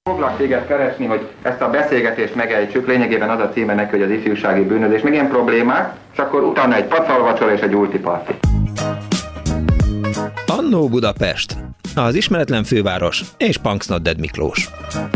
Foglak téged keresni, hogy ezt a beszélgetést megejtsük, lényegében az a címe neki, hogy az ifjúsági bűnözés, meg ilyen problémák, és akkor utána egy pacalvacsora és egy ultiparti. Annó Budapest, az ismeretlen főváros és Punksnodded Miklós.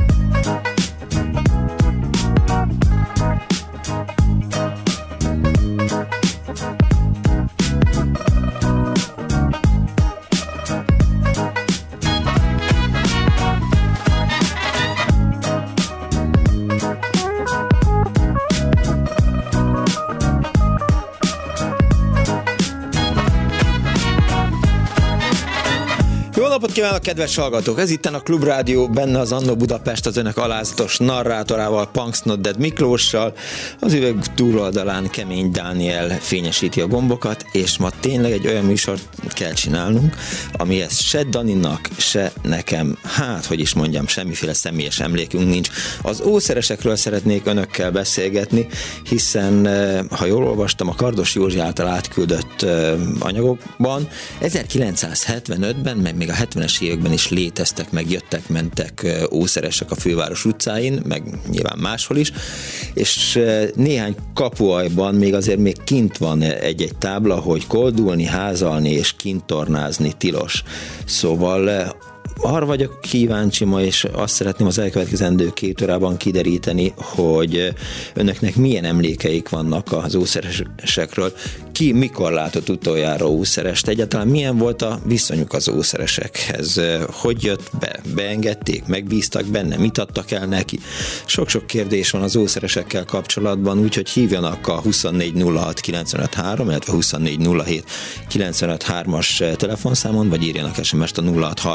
Jó napot kívánok, kedves hallgatók! Ez itten a Klubrádió, benne az Annó Budapest az önök alázatos narrátorával, Punksnodded Miklóssal. Az üveg túloldalán Kemény Dániel fényesíti a gombokat, és ma tényleg egy olyan műsort kell csinálnunk, amihez se Daninak, se nekem, hogy is mondjam, semmiféle személyes emlékünk nincs. Az ószeresekről szeretnék önökkel beszélgetni, hiszen, ha jól olvastam, a Kardos Józsi által átküldött anyagokban 1975-ben, meg még a 70-es években is léteztek, meg jöttek, mentek ószeresek a főváros utcáin, meg nyilván máshol is, és néhány kapuajban még kint van egy-egy tábla, hogy koldulni, házalni és kintornázni tilos. Szóval arra vagyok kíváncsi ma, és azt szeretném az elkövetkezendő 2 órában kideríteni, hogy önöknek milyen emlékeik vannak az ószeresekről. Ki mikor látott utoljára ószerest? Egyáltalán milyen volt a viszonyuk az ószeresekhez? Hogy jött be? Beengedték? Megbíztak benne? Mit adtak el neki? Sok-sok kérdés van az ószeresekkel kapcsolatban, úgyhogy hívjanak a 2406953, illetve 2407953-as telefonszámon, vagy írjanak SMS-t a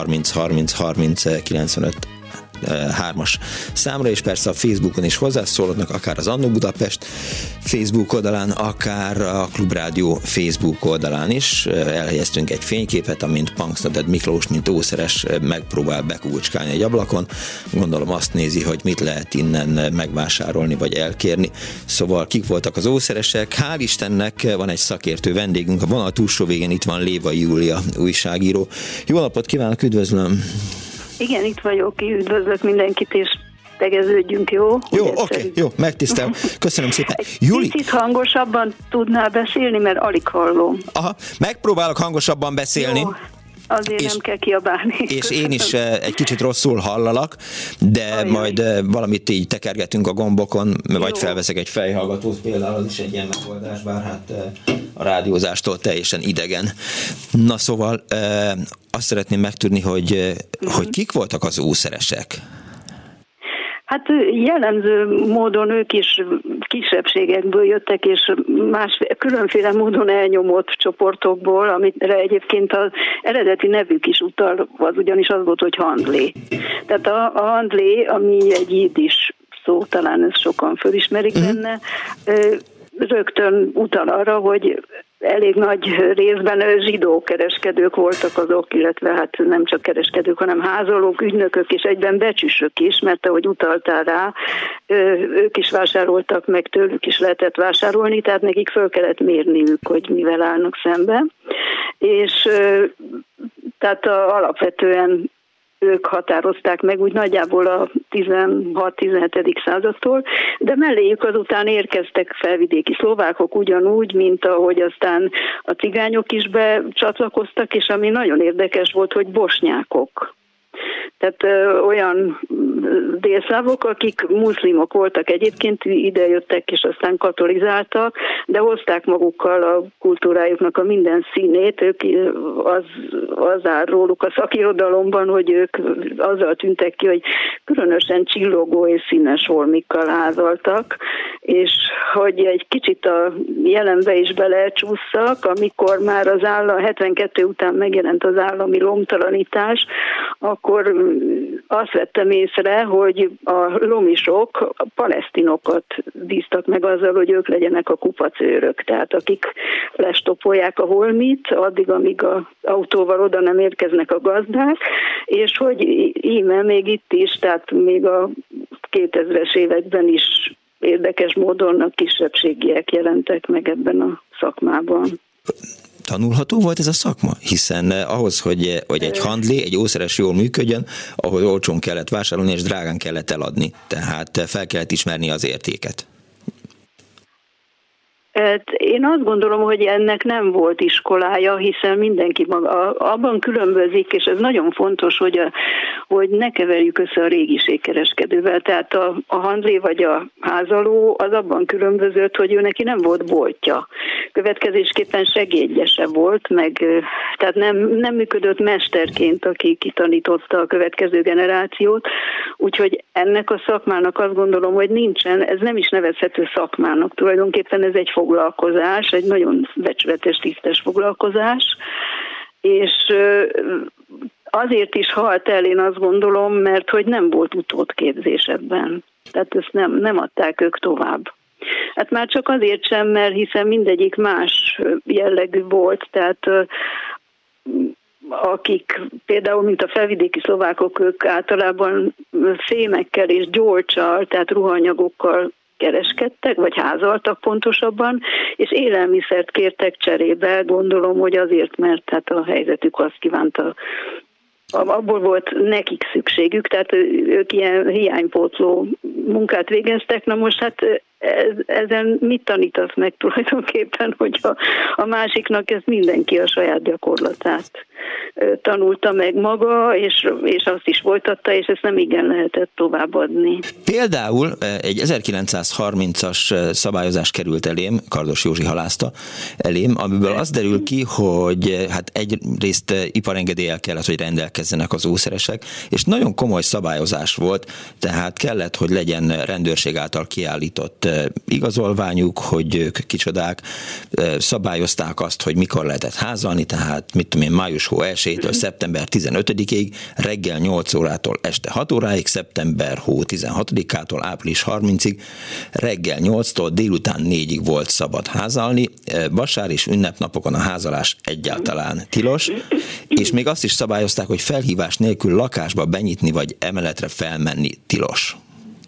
0630303095-3-as számra, és persze a Facebookon is hozzászólhatnak, akár az Annó Budapest Facebook oldalán, akár a Klubrádió Facebook oldalán is. Elhelyeztünk egy fényképet, amint Punksnodded Miklós, mint ószeres megpróbál bekúcskálni egy ablakon. Gondolom azt nézi, hogy mit lehet innen megvásárolni, vagy elkérni. Szóval kik voltak az ószeresek? Hál' Istennek van egy szakértő vendégünk, a vonal túlsó végén itt van Lévai Júlia, újságíró. Jó napot kívánok, üdvözlöm! Igen, itt vagyok, üdvözlök mindenkit, és tegeződjünk, jó? Jó, oké, jó, megtisztel. Köszönöm szépen. Júli... Kicsit hangosabban tudnál beszélni, mert alig hallom. Aha, megpróbálok hangosabban beszélni. Jó. Azért nem kell kiabálni. És köszönöm. Én is egy kicsit rosszul hallalak, de majd valamit így tekergetünk a gombokon, vagy felveszek egy fejhallgatót, például az is egy ilyen megoldás, bár hát a rádiózástól teljesen idegen. Na szóval azt szeretném megtudni, hogy kik voltak az ószeresek? Hát jellemző módon ők is kisebbségekből jöttek, és különféle módon elnyomott csoportokból, amire egyébként az eredeti nevük is utal, az ugyanis az volt, hogy handlé. Tehát a handlé, ami egy jiddis szó, talán ezt sokan fölismerik benne, rögtön utal arra, hogy elég nagy részben zsidó kereskedők voltak azok, illetve hát nem csak kereskedők, hanem házolók, ügynökök és egyben becsüsök is, mert ahogy utaltál rá, ők is vásároltak, meg tőlük is lehetett vásárolni, tehát nekik föl kellett mérniük, hogy mivel állnak szembe. És tehát alapvetően ők határozták meg úgy nagyjából a 16-17. Századtól, de melléjük azután érkeztek felvidéki szlovákok ugyanúgy, mint ahogy aztán a cigányok is becsatlakoztak, és ami nagyon érdekes volt, hogy bosnyákok. Tehát olyan délszlávok, akik muszlimok voltak egyébként, idejöttek és aztán katolizáltak, de hozták magukkal a kultúrájuknak a minden színét. Ők az áll róluk a szakirodalomban, hogy ők azzal tűntek ki, hogy különösen csillogó és színes holmikkal házaltak, és hogy egy kicsit a jelenbe is belecsúszszak, amikor már az 72 után megjelent az állami lomtalanítás, akkor azt vettem észre, hogy a lomisok a palesztinokat bíztak meg azzal, hogy ők legyenek a kupacőrök, tehát akik lestopolják a holmit, addig, amíg az autóval oda nem érkeznek a gazdák, és hogy íme még itt is, tehát még a 2000-es években is érdekes módon a kisebbségiek jelentek meg ebben a szakmában. tanulható volt ez a szakma? Hiszen ahhoz, hogy egy handlé, egy ószeres jól működjön, ahhoz olcsón kellett vásárolni, és drágán kellett eladni. Tehát fel kellett ismerni az értéket. Én azt gondolom, hogy ennek nem volt iskolája, hiszen mindenki maga abban különbözik, és ez nagyon fontos, hogy ne keverjük össze a régiségkereskedővel. Tehát a handlé vagy a házaló az abban különbözött, hogy ő neki nem volt boltja. Következésképpen segédjese volt, tehát nem működött mesterként, aki kitanította a következő generációt. Úgyhogy ennek a szakmának azt gondolom, hogy nincsen, ez nem is nevezhető szakmának. Tulajdonképpen ez egy foglalkozás, egy nagyon becsületes, tisztes foglalkozás, és azért is halt el, én azt gondolom, mert hogy nem volt utódképzés ebben. Tehát ezt nem adták ők tovább. Hát már csak azért sem, mert hiszen mindegyik más jellegű volt, tehát akik például, mint a felvidéki szlovákok, ők általában fémekkel és gyolccsal, tehát ruhaanyagokkal kereskedtek, vagy házaltak pontosabban, és élelmiszert kértek cserébe, gondolom, hogy azért, mert hát a helyzetük azt kívánta, abból volt nekik szükségük, tehát ők ilyen hiánypótló munkát végeztek. Na most hát ezen mit tanítasz meg tulajdonképpen, hogy a másiknak ez mindenki a saját gyakorlatát tanulta meg maga, és azt is folytatta, és ezt nem igen lehetett továbbadni. Például egy 1930-as szabályozás került elém, Kardos Józsi halázta elém, amiből az derül ki, hogy hát egyrészt iparengedéllyel kellett, hogy rendelkezzenek az ószeresek, és nagyon komoly szabályozás volt, tehát kellett, hogy legyen rendőrség által kiállított igazolványuk, hogy ők kicsodák, szabályozták azt, hogy mikor lehetett házalni, tehát mit tudom én, május hó 1-től szeptember 15-ig, reggel 8 órától este 6 óráig, szeptember hó 16-ától április 30-ig, reggel 8-tól délután 4-ig volt szabad házalni, vasár és ünnepnapokon a házalás egyáltalán tilos, és még azt is szabályozták, hogy felhívás nélkül lakásba benyitni vagy emeletre felmenni tilos.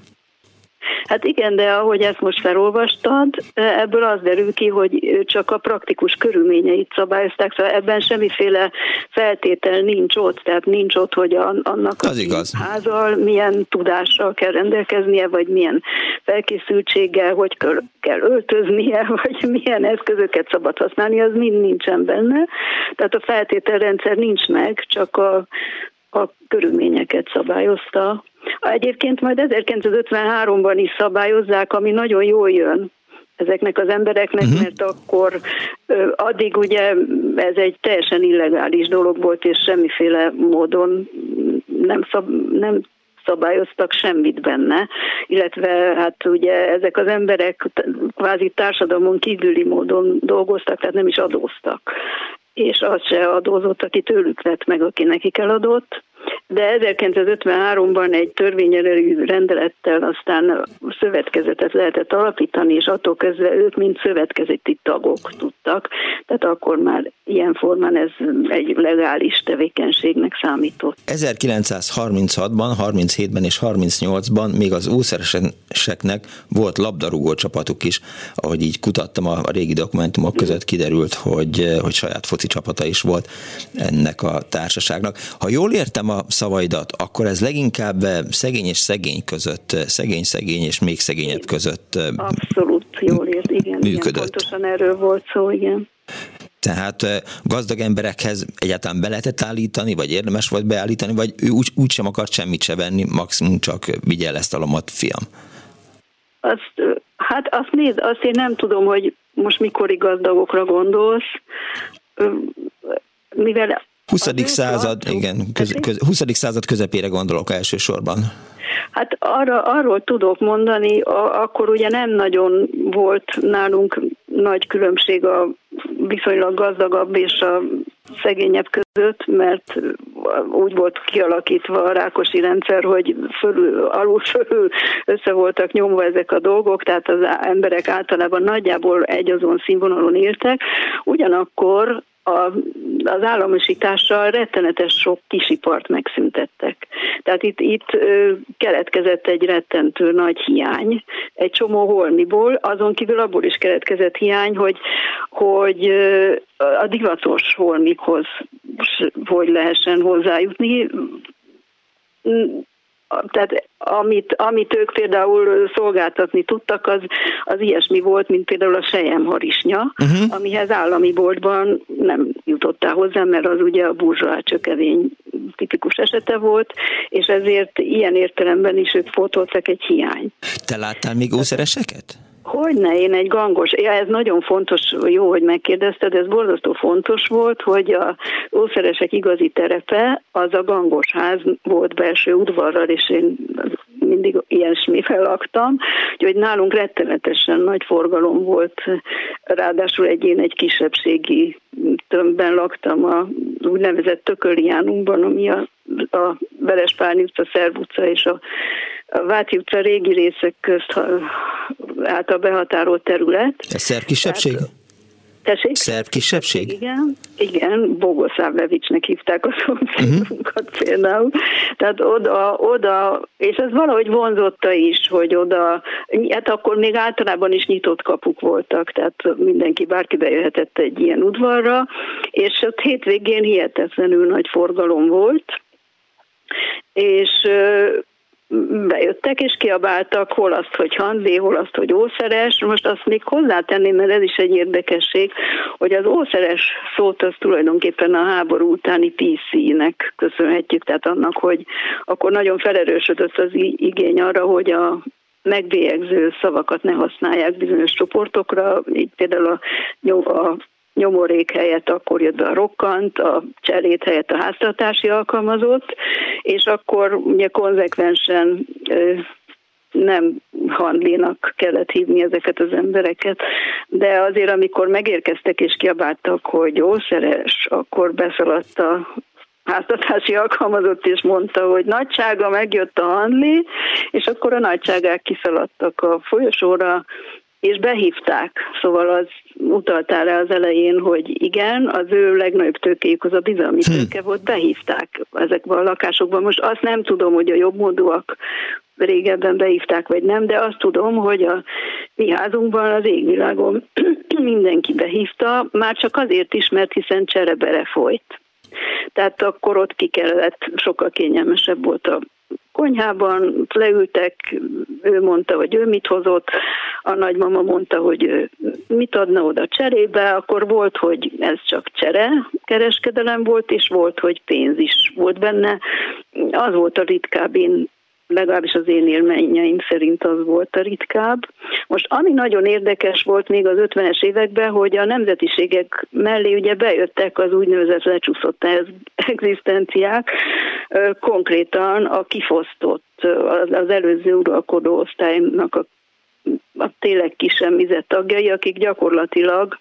Hát igen, de ahogy ezt most felolvastad, ebből az derül ki, hogy csak a praktikus körülményeit szabályozták, szóval ebben semmiféle feltétel nincs ott, tehát nincs ott, hogy annak a házal milyen tudással kell rendelkeznie, vagy milyen felkészültséggel, hogy kell öltöznie, vagy milyen eszközöket szabad használni, az mind nincsen benne. Tehát a feltételrendszer nincs meg, csak a körülményeket szabályozta. Egyébként majd 1953-ban is szabályozzák, ami nagyon jól jön ezeknek az embereknek, mert akkor addig ugye ez egy teljesen illegális dolog volt, és semmiféle módon nem szabályoztak semmit benne, illetve hát ugye ezek az emberek kvázi társadalmon kívüli módon dolgoztak, tehát nem is adóztak. És az se adózott, aki tőlük vett meg, aki nekik eladott. De 1953-ban egy törvényelő rendelettel aztán szövetkezetet lehetett alapítani, és attól kezdve ők mind szövetkezeti tagok tudtak. Tehát akkor már ilyen formán ez egy legális tevékenységnek számított. 1936-ban, 37-ben és 38-ban még az ószereseknek volt labdarúgó csapatuk is, ahogy így kutattam a régi dokumentumok között, kiderült, hogy saját foci csapata is volt ennek a társaságnak. Ha jól értem a szavaidat, akkor ez leginkább szegény és szegény között, szegény és még szegényebb között abszolút jól ért, igen, pontosan erről volt szó, igen. Tehát gazdag emberekhez egyáltalán be lehetett állítani, vagy érdemes volt beállítani, vagy ő úgy sem akart semmit se venni, maximum csak vigyel ezt a lomot, fiam. Azt én nem tudom, hogy most mikori gazdagokra gondolsz, mivel 20. század, igen, 20. század közepére gondolok elsősorban. Hát arról tudok mondani, akkor ugye nem nagyon volt nálunk nagy különbség a viszonylag gazdagabb és a szegényebb között, mert úgy volt kialakítva a Rákosi rendszer, hogy alul-fölül össze voltak nyomva ezek a dolgok, tehát az emberek általában nagyjából egyazon színvonalon éltek. Ugyanakkor az államosítással rettenetes sok kisipart megszüntettek. Tehát itt keletkezett egy rettentő nagy hiány, egy csomó holmiból, azon kívül abból is keletkezett hiány, hogy a divatos holmikhoz hogy lehessen hozzájutni. Tehát amit ők például szolgáltatni tudtak, az ilyesmi volt, mint például a selyemharisnya, amihez állami boltban nem jutottál hozzá, mert az ugye a burzsóá csökevény tipikus esete volt, és ezért ilyen értelemben is ők pótoltak egy hiányt. Te láttál még ószereseket? Hogyne, én egy gangos, ez nagyon fontos, jó, hogy megkérdezted, ez borzasztó fontos volt, hogy az ószeresek igazi terepe az a gangosház volt belső udvarral, és én mindig ilyesmivel laktam, úgyhogy nálunk rettenetesen nagy forgalom volt, ráadásul én egy kisebbségi tömbben laktam, a úgynevezett Tököliánunkban, ami a Verespálni utca, Szerb utca és a Váci utca régi részek közt által behatárolt terület. Ez szerb kisebbség? Tessék? Szerb kisebbség? Igen, Bogoszlávlevicsnek hívták a szomszédunkat például. Tehát oda, és ez valahogy vonzotta is, hogy oda, hát akkor még általában is nyitott kapuk voltak, tehát bárki bejöhetett egy ilyen udvarra, és ott hétvégén hihetetlenül nagy forgalom volt, és bejöttek és kiabáltak, hol azt, hogy handlé, hol azt, hogy ószeres. Most azt még hozzátenném, mert ez is egy érdekesség, hogy az ószeres szót az tulajdonképpen a háború utáni PC-nek köszönhetjük, tehát annak, hogy akkor nagyon felerősödött az igény arra, hogy a megbélyegző szavakat ne használják bizonyos csoportokra, így például a nyomorék helyett akkor jött be a rokkant, a cserét helyett a háztartási alkalmazott, és akkor ugye konzekvensen nem handlénak kellett hívni ezeket az embereket, de azért amikor megérkeztek és kiabáltak, hogy ószeres, akkor beszaladt a háztartási alkalmazott és mondta, hogy nagysága, megjött a handlé, és akkor a nagyságák kiszaladtak a folyosóra, és behívták. Szóval az utaltál rá az elején, hogy igen, az ő legnagyobb tőkéjük az a bizalmi tőke volt, behívták ezekben a lakásokban. Most azt nem tudom, hogy a jobbmódúak régebben behívták, vagy nem, de azt tudom, hogy a mi házunkban az égvilágon mindenki behívta, már csak azért is, mert hiszen cserebere folyt. Tehát akkor ott ki kellett, sokkal kényelmesebb volt a konyhában, leültek, ő mondta, hogy ő mit hozott, a nagymama mondta, hogy ő mit adna oda cserébe, akkor volt, hogy ez csak kereskedelem volt, és volt, hogy pénz is volt benne. Az volt a ritkább, legalábbis az én élményeim szerint az volt a ritkább. Most ami nagyon érdekes volt még az 50-es években, hogy a nemzetiségek mellé ugye bejöttek az úgynevezett lecsúszott egzisztenciák, konkrétan a kifosztott, az előző uralkodó osztálynak a tényleg kisemmizett tagjai, akik gyakorlatilag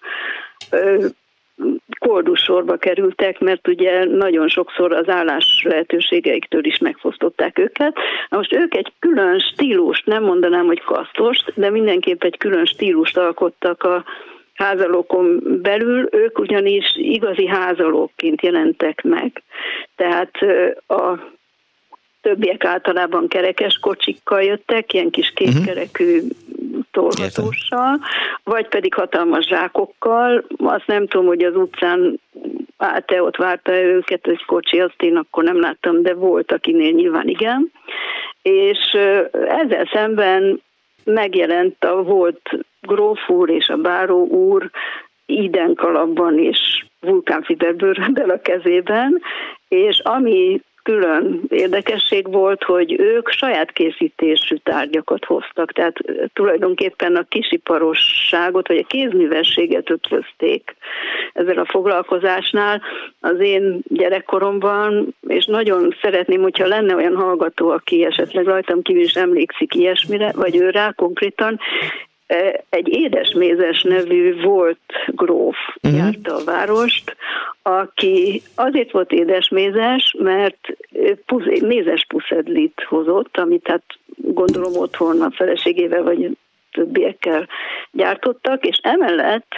koldussorba kerültek, mert ugye nagyon sokszor az állás lehetőségeiktől is megfosztották őket. Na most ők egy külön stílust, nem mondanám, hogy kasztost, de mindenképp egy külön stílust alkottak a házalókon belül, ők ugyanis igazi házalókként jelentek meg. Tehát a többiek általában kerekes kocsikkal jöttek, ilyen kis kétkerekű tolhatóssal, vagy pedig hatalmas zsákokkal. Azt nem tudom, hogy az utcán állt-e, ott várta őket egy kocsi, azt én akkor nem láttam, de volt, akinél nyilván igen. És ezzel szemben megjelent a volt gróf úr és a báró úr idenkalapban és vulkánfiberbőröndel a kezében, és ami külön érdekesség volt, hogy ők saját készítésű tárgyakat hoztak, tehát tulajdonképpen a kisiparosságot, vagy a kézművességet ötvözték ezzel a foglalkozásnál. Az én gyerekkoromban, és nagyon szeretném, hogyha lenne olyan hallgató, aki esetleg rajtam kívül is emlékszik ilyesmire, vagy ő rá konkrétan, egy édesmézes nevű volt gróf járta a várost, aki azért volt édesmézes, mert mézes puszedlit hozott, amit hát gondolom otthon a feleségével vagy többiekkel gyártottak, és emellett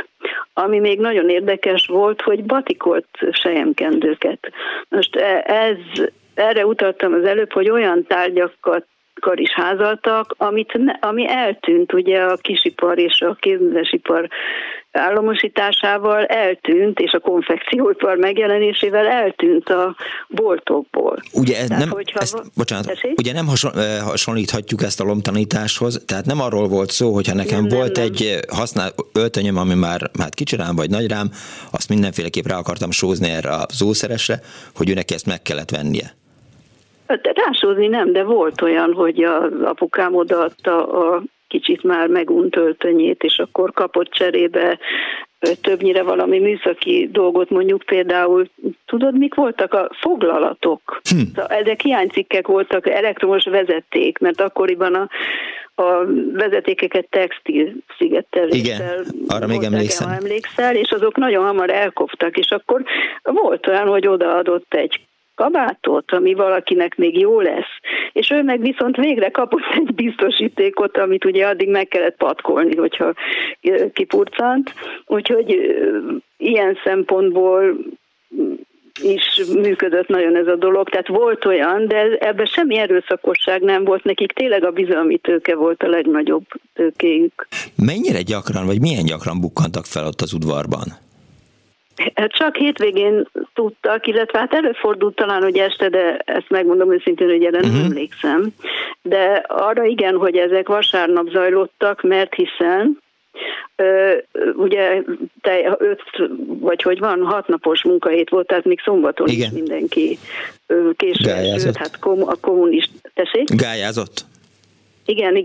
ami még nagyon érdekes volt, hogy batikolt selyemkendőket. Most erre utaltam az előbb, hogy olyan tárgyakat is házaltak, ami eltűnt, ugye a kisipar és a kézművesipar államosításával eltűnt, és a konfekcióipar megjelenésével eltűnt a boltokból. Ugye ugye nem hasonlíthatjuk ezt a lomtanításhoz, tehát nem arról volt szó, hogyha nekem volt egy használt öltönyöm, ami már kicsirám vagy nagyrám, azt mindenféleképp rá akartam sózni erre az ószeresre, hogy ő neki ezt meg kellett vennie. Rásózni nem, de volt olyan, hogy az apukám odaadta a kicsit már megunt öltönyét, és akkor kapott cserébe többnyire valami műszaki dolgot, mondjuk például, tudod, mik voltak a foglalatok? Ezek hiánycikkek voltak, elektromos vezeték, mert akkoriban a vezetékeket textil szigeteléssel. Igen, arra még emlékszel, és azok nagyon hamar elkoptak, és akkor volt olyan, hogy odaadott egy kabátot, ami valakinek még jó lesz, és ő meg viszont végre kapott egy biztosítékot, amit ugye addig meg kellett patkolni, hogyha kipurcant. Úgyhogy ilyen szempontból is működött nagyon ez a dolog, tehát volt olyan, de ebben semmi erőszakosság nem volt, nekik tényleg a bizalmi tőke volt a legnagyobb tőkéjük. Mennyire gyakran, vagy milyen gyakran bukkantak fel ott az udvarban? Csak hétvégén tudtak, illetve hát előfordult talán, hogy este, de ezt megmondom őszintén, hogy erre nem emlékszem. De arra igen, hogy ezek vasárnap zajlottak, mert hiszen ugye te 6 napos munkahét volt, tehát még szombaton igen. Is mindenki később, hát a kommunist, tessék? Gályázott. Igen.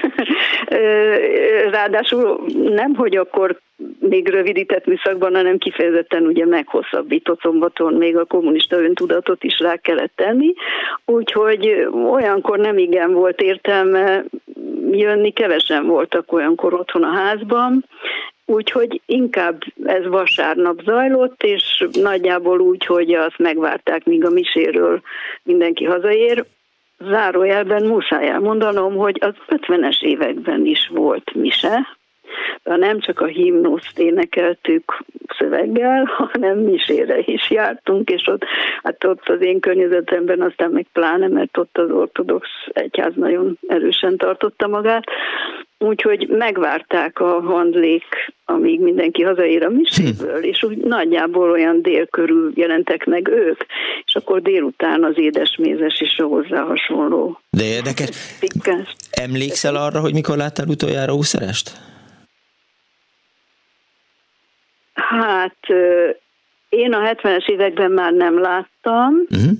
Ráadásul nem, hogy akkor még rövidített műszakban, hanem kifejezetten ugye meghosszabbított szombaton még a kommunista öntudatot is rá kellett tenni, úgyhogy olyankor nem igen volt értelme jönni, kevesen voltak olyankor otthon a házban, úgyhogy inkább ez vasárnap zajlott, és nagyjából úgy, hogy azt megvárták, míg a miséről mindenki hazaér. Zárójelben muszáj elmondanom, hogy az 50-es években is volt mise, nem csak a himnuszt énekeltük szöveggel, hanem misére is jártunk, és ott az én környezetemben aztán meg pláne, mert ott az ortodox egyház nagyon erősen tartotta magát, úgyhogy megvárták a handlék, amíg mindenki hazaér a miséből, és úgy nagyjából olyan dél körül jelentek meg ők, és akkor délután az édesmézes is hozzá hasonló. De érdekes. Emlékszel arra, hogy mikor láttál utoljára ószerest? Hát én a 70-es években már nem láttam,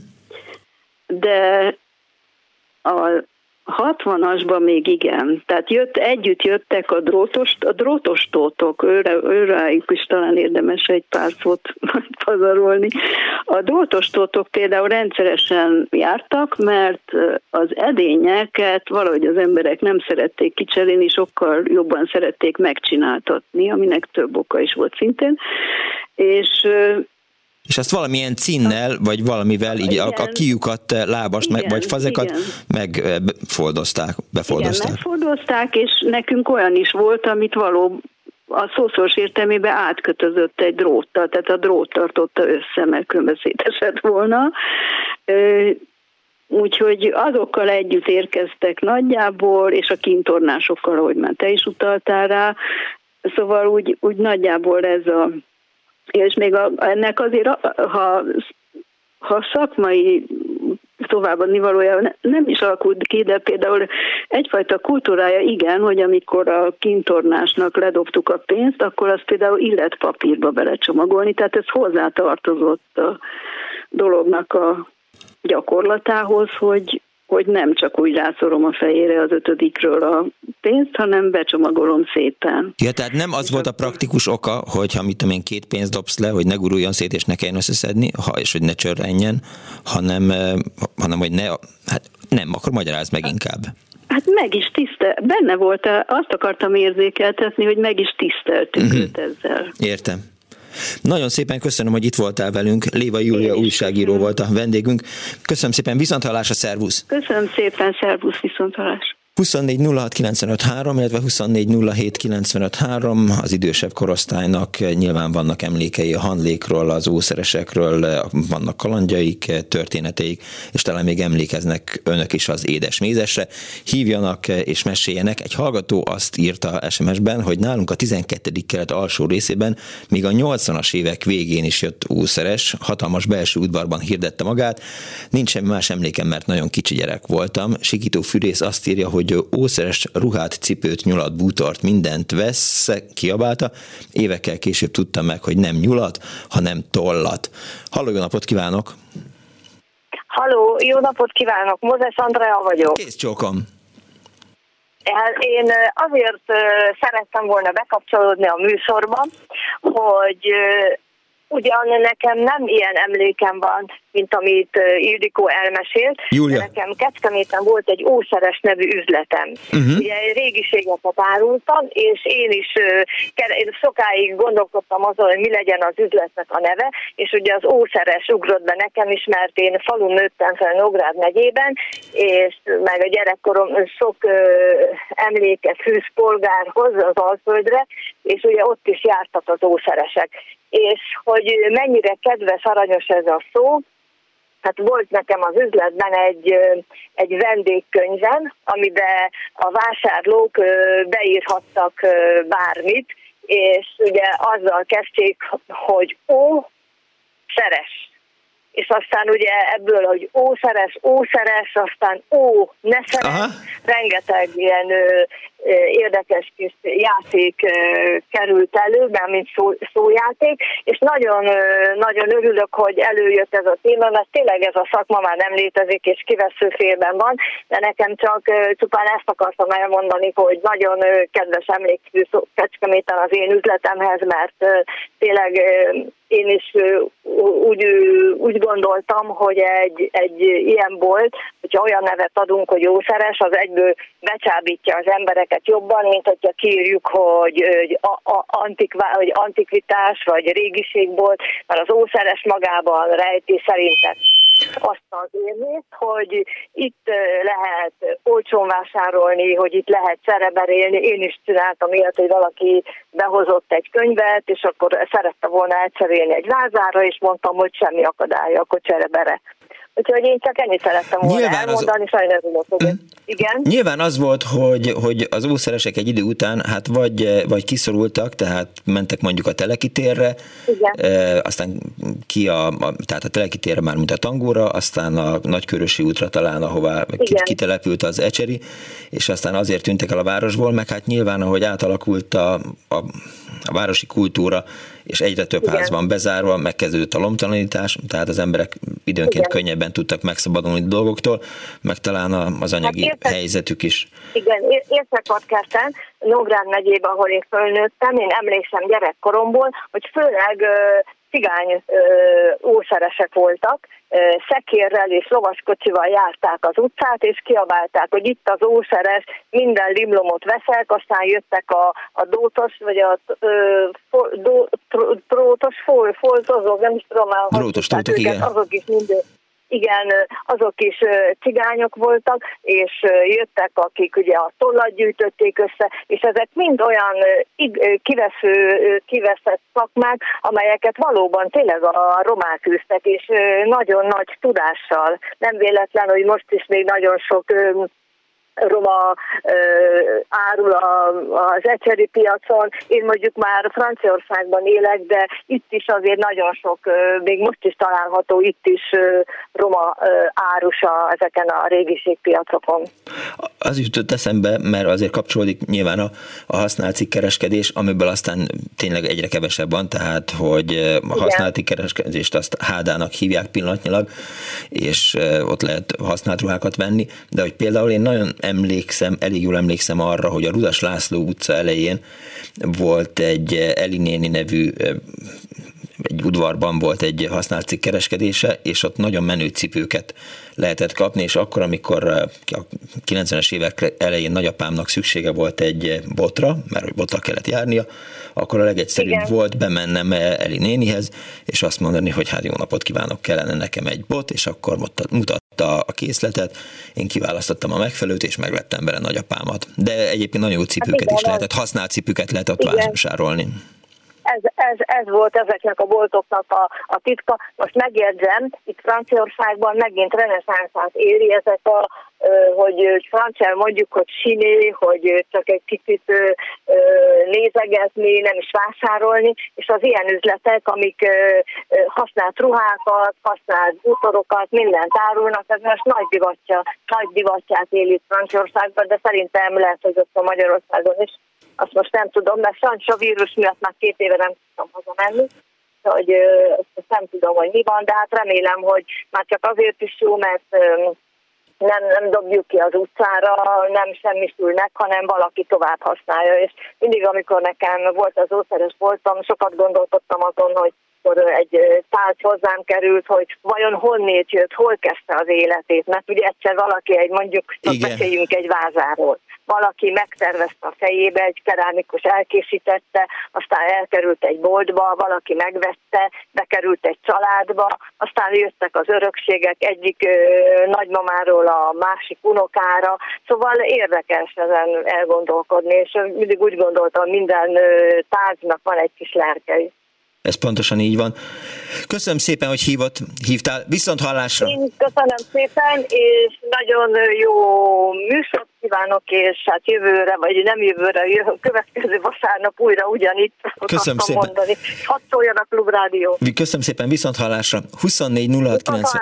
de a 60-asban még igen. Tehát együtt jöttek a drótos tótok, őrájuk is talán érdemes egy pár szót pazarolni. A drótos tótok például rendszeresen jártak, mert az edényeket valahogy az emberek nem szerették kicserélni, sokkal jobban szerették megcsináltatni, aminek több oka is volt szintén. És ezt valamilyen cinnel, vagy valamivel így a kijukat lábast, vagy fazekat befoldozták. Igen, megfoldozták, és nekünk olyan is volt, amit a szószoros értelmében átkötözött egy dróttal, tehát a drót tartotta össze, mert különben szétesett volna. Úgyhogy azokkal együtt érkeztek nagyjából, és a kintornásokkal, ahogy már te is utaltál rá. Szóval úgy nagyjából ez és még ennek azért, ha szakmai továbbadni valójában nem is alakult ki, de például egyfajta kultúrája igen, hogy amikor a kintornásnak ledobtuk a pénzt, akkor azt például illetpapírba belecsomagolni, tehát ez hozzátartozott a dolognak a gyakorlatához, hogy nem csak úgy rászorom a fejére az 5-ről a pénzt, hanem becsomagolom szépen. Ja, tehát nem az volt a praktikus oka, hogyha mit tudom én 2 pénzt dobsz le, hogy ne guruljon szét és ne kelljen összeszedni, és hogy ne csörrenjen, hanem hogy nem, akkor magyarázd meg inkább. Hát meg is benne volt, azt akartam érzékeltetni, hogy meg is tiszteltük őt ezzel. Értem. Nagyon szépen köszönöm, hogy itt voltál velünk. Lévai Júlia újságíró volt a vendégünk. Köszönöm szépen, viszonthallásra, szervusz! Köszönöm szépen, szervusz, viszonthallás! 24 06 95 3, illetve 24 07 95 3, az idősebb korosztálynak nyilván vannak emlékei a Hanlékról, az ószeresekről, vannak kalandjaik, történeteik, és talán még emlékeznek önök is az édes mézesre. Hívjanak és meséljenek. Egy hallgató azt írta SMS-ben, hogy nálunk a 12. kelet alsó részében még a 80-as évek végén is jött ószeres, hatalmas belső udvarban hirdette magát. Nincs semmi más emlékem, mert nagyon kicsi gyerek voltam. Sikító Fűrész azt írja, hogy ószeres ruhát, cipőt, nyulat, bútort, mindent vesz, kiabálta. Évekkel később tudtam meg, hogy nem nyulat, hanem tollat. Halló, jó napot kívánok! Halló, jó napot kívánok! Mózes Andrea vagyok. Kész csókom! Én azért szerettem volna bekapcsolódni a műsorba, hogy ugyan nekem nem ilyen emlékem van, mint amit Ildikó elmesélt. Júlia. Nekem Kecskeméten volt egy ószeres nevű üzletem. Ugye régiségeket árultam, és én is sokáig gondolkodtam azon, hogy mi legyen az üzletnek a neve, és ugye az ószeres ugrott be nekem is, mert én falun nőttem fel Nógrád megyében, és meg a gyerekkorom sok emléket fűz polgárhoz, az Alföldre, és ugye ott is jártak az ószeresek. És hogy mennyire kedves, aranyos ez a szó, hát volt nekem az üzletben egy vendégkönyvem, amiben a vásárlók beírhattak bármit, és ugye azzal kezdték, hogy szeres. És aztán ugye ebből, hogy ószeres, aztán ne szeres, rengeteg ilyen érdekes kis játék került elő, mint szójáték, és nagyon, nagyon örülök, hogy előjött ez a téma, mert tényleg ez a szakma már nem létezik, és kiveszőfélben van, de nekem csak csupán ezt akartam elmondani, hogy nagyon kedves emlékű Kecskeméten az én üzletemhez, mert tényleg én is úgy gondoltam, hogy egy ilyen bolt, hogyha olyan nevet adunk, hogy ószeres, az egyből becsábítja az embereket jobban, mint hogyha kiírjuk, hogy antikvitás, vagy régiségbolt, mert az ószeres magában rejti szerintem azt az érzést, hogy itt lehet olcsón vásárolni, hogy itt lehet csereberélni. Én is csináltam ilyet, hogy valaki behozott egy könyvet, és akkor szerette volna elcserélni egy vázára, és mondtam, hogy semmi akadálya, akkor cserebere. Úgyhogy én csak ennyit szerettem volna elmondani, sajnálom, hogy igen. Nyilván az volt, hogy az ószeresek egy idő után hát vagy kiszorultak, tehát mentek mondjuk a Teleki térre, aztán tehát a Teleki térre már, mint a Tangóra, aztán a Nagykörösi útra talán, ahová kitelepült az Ecseri, és aztán azért tűntek el a városból, meg hát nyilván, ahogy átalakult a városi kultúra, és egyre több ház van bezárva, megkezdődött a lomtalanítás, tehát az emberek időnként könnyebben tudtak megszabadulni dolgoktól, meg talán az anyagi helyzetük is. Igen, Észak-Podcasten, Nógrád megyében, ahol én fölnőttem, én emlékszem gyerekkoromból, hogy főleg cigány ószeresek voltak, szekérrel és lovaskocsival járták az utcát, és kiabálták, hogy itt az ószeres, minden limlomot veszek, aztán jöttek a dótos, vagy a prótos, foltozók, nem is tudom már, drótos, igen. Azok is minden. Igen, azok is cigányok voltak, és jöttek, akik ugye a tollat gyűjtötték össze, és ezek mind olyan kiveszett szakmák, amelyeket valóban tényleg a romák űztek, és nagyon nagy tudással. Nem véletlen, hogy most is még nagyon sok roma árul az ecseri piacon. Én mondjuk már Franciaországban élek, de itt is azért nagyon sok, még most is található itt is roma árusa ezeken a régiségpiacokon. Az jutott eszembe, mert azért kapcsolódik nyilván a használt cikkkereskedés, amiből aztán tényleg egyre kevesebb van, tehát hogy a használt cikkkereskedést azt hádának hívják pillanatnyilag, és ott lehet használt ruhákat venni, de hogy például én nagyon elég jól emlékszem arra, hogy a Rudas László utca elején volt egy Eli néni nevű egy udvarban volt egy használt cikk kereskedése, és ott nagyon menő cipőket lehetett kapni, és akkor, amikor a 90-es évek elején nagyapámnak szüksége volt egy botra, mert hogy botra kellett járnia, akkor a legegyszerűbb volt bemennem Eli nénihez, és azt mondani, hogy hát jó napot kívánok, kellene nekem egy bot, és akkor mutatta a készletet, én kiválasztottam a megfelelőt, és meglettem vele nagyapámat. De egyébként nagyon jó cipőket is lehetett, használt cipőket lehetett vásárolni. Ez volt ezeknek a boltoknak a titka. Most megjegyzem, itt Franciaországban megint reneszánszát éri ezek hogy francia mondjuk, hogy siné, hogy csak egy kicsit nézegetni, nem is vásárolni, és az ilyen üzletek, amik használt ruhákat, használt bútorokat, mindent árulnak, ez most nagy divatját él itt Franciaországban, de szerintem lehet, hogy ott a Magyarországon is. Azt most nem tudom, mert sajnos a vírus miatt már 2 éve nem tudtam hazamenni, hogy azt nem tudom, hogy mi van, de hát remélem, hogy már csak azért is jó, mert nem dobjuk ki az utcára, nem semmisülnek, hanem valaki tovább használja. És mindig, amikor nekem volt az ószeres boltom, sokat gondolkodtam azon, hogy egy tárgy hozzám került, hogy vajon honnét jött, hol kezdte az életét, mert ugye egyszer valaki beszéljünk egy vázáról. Valaki megtervezte a fejébe, egy kerámikus elkészítette, aztán elkerült egy boltba, valaki megvette, bekerült egy családba, aztán jöttek az örökségek egyik nagymamáról a másik unokára, szóval érdekes ezen elgondolkodni, és mindig úgy gondoltam, minden tárgynak van egy kis lelke is. Ez pontosan így van. Köszönöm szépen, hogy hívtál. Viszont hallásra! Én köszönöm szépen, és nagyon jó műsort kívánok, és hát jövőre, vagy nem jövőre, következő vasárnap újra ugyanitt köszönöm szépen. Mondani. Hadd szóljon a Klubrádió. Köszönöm szépen, viszont hallásra. 24 06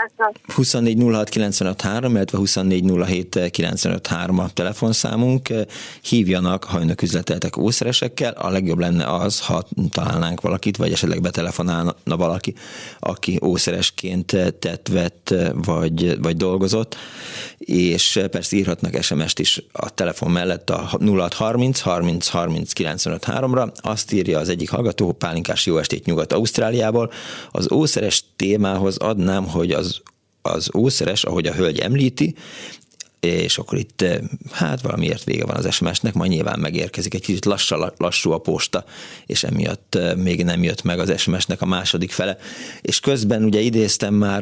953, illetve 24 07 953 a telefonszámunk. Hívjanak, ha önök üzleteltek ószeresekkel. A legjobb lenne az, ha találnánk valakit, vagy esetleg betelefonálna valaki, aki ószeresként vett, vagy dolgozott, és persze írhatnak SMS-t is a telefon mellett a 0630 30 30 953-ra. Azt írja az egyik hallgató, Pálinkás jó estét Nyugat-Ausztráliából. Az ószeres témához adnám, hogy az ószeres, ahogy a hölgy említi, és akkor itt hát valamiért vége van az SMS-nek, majd nyilván megérkezik, egy kicsit lassú a posta, és emiatt még nem jött meg az SMS-nek a második fele. És közben ugye idéztem már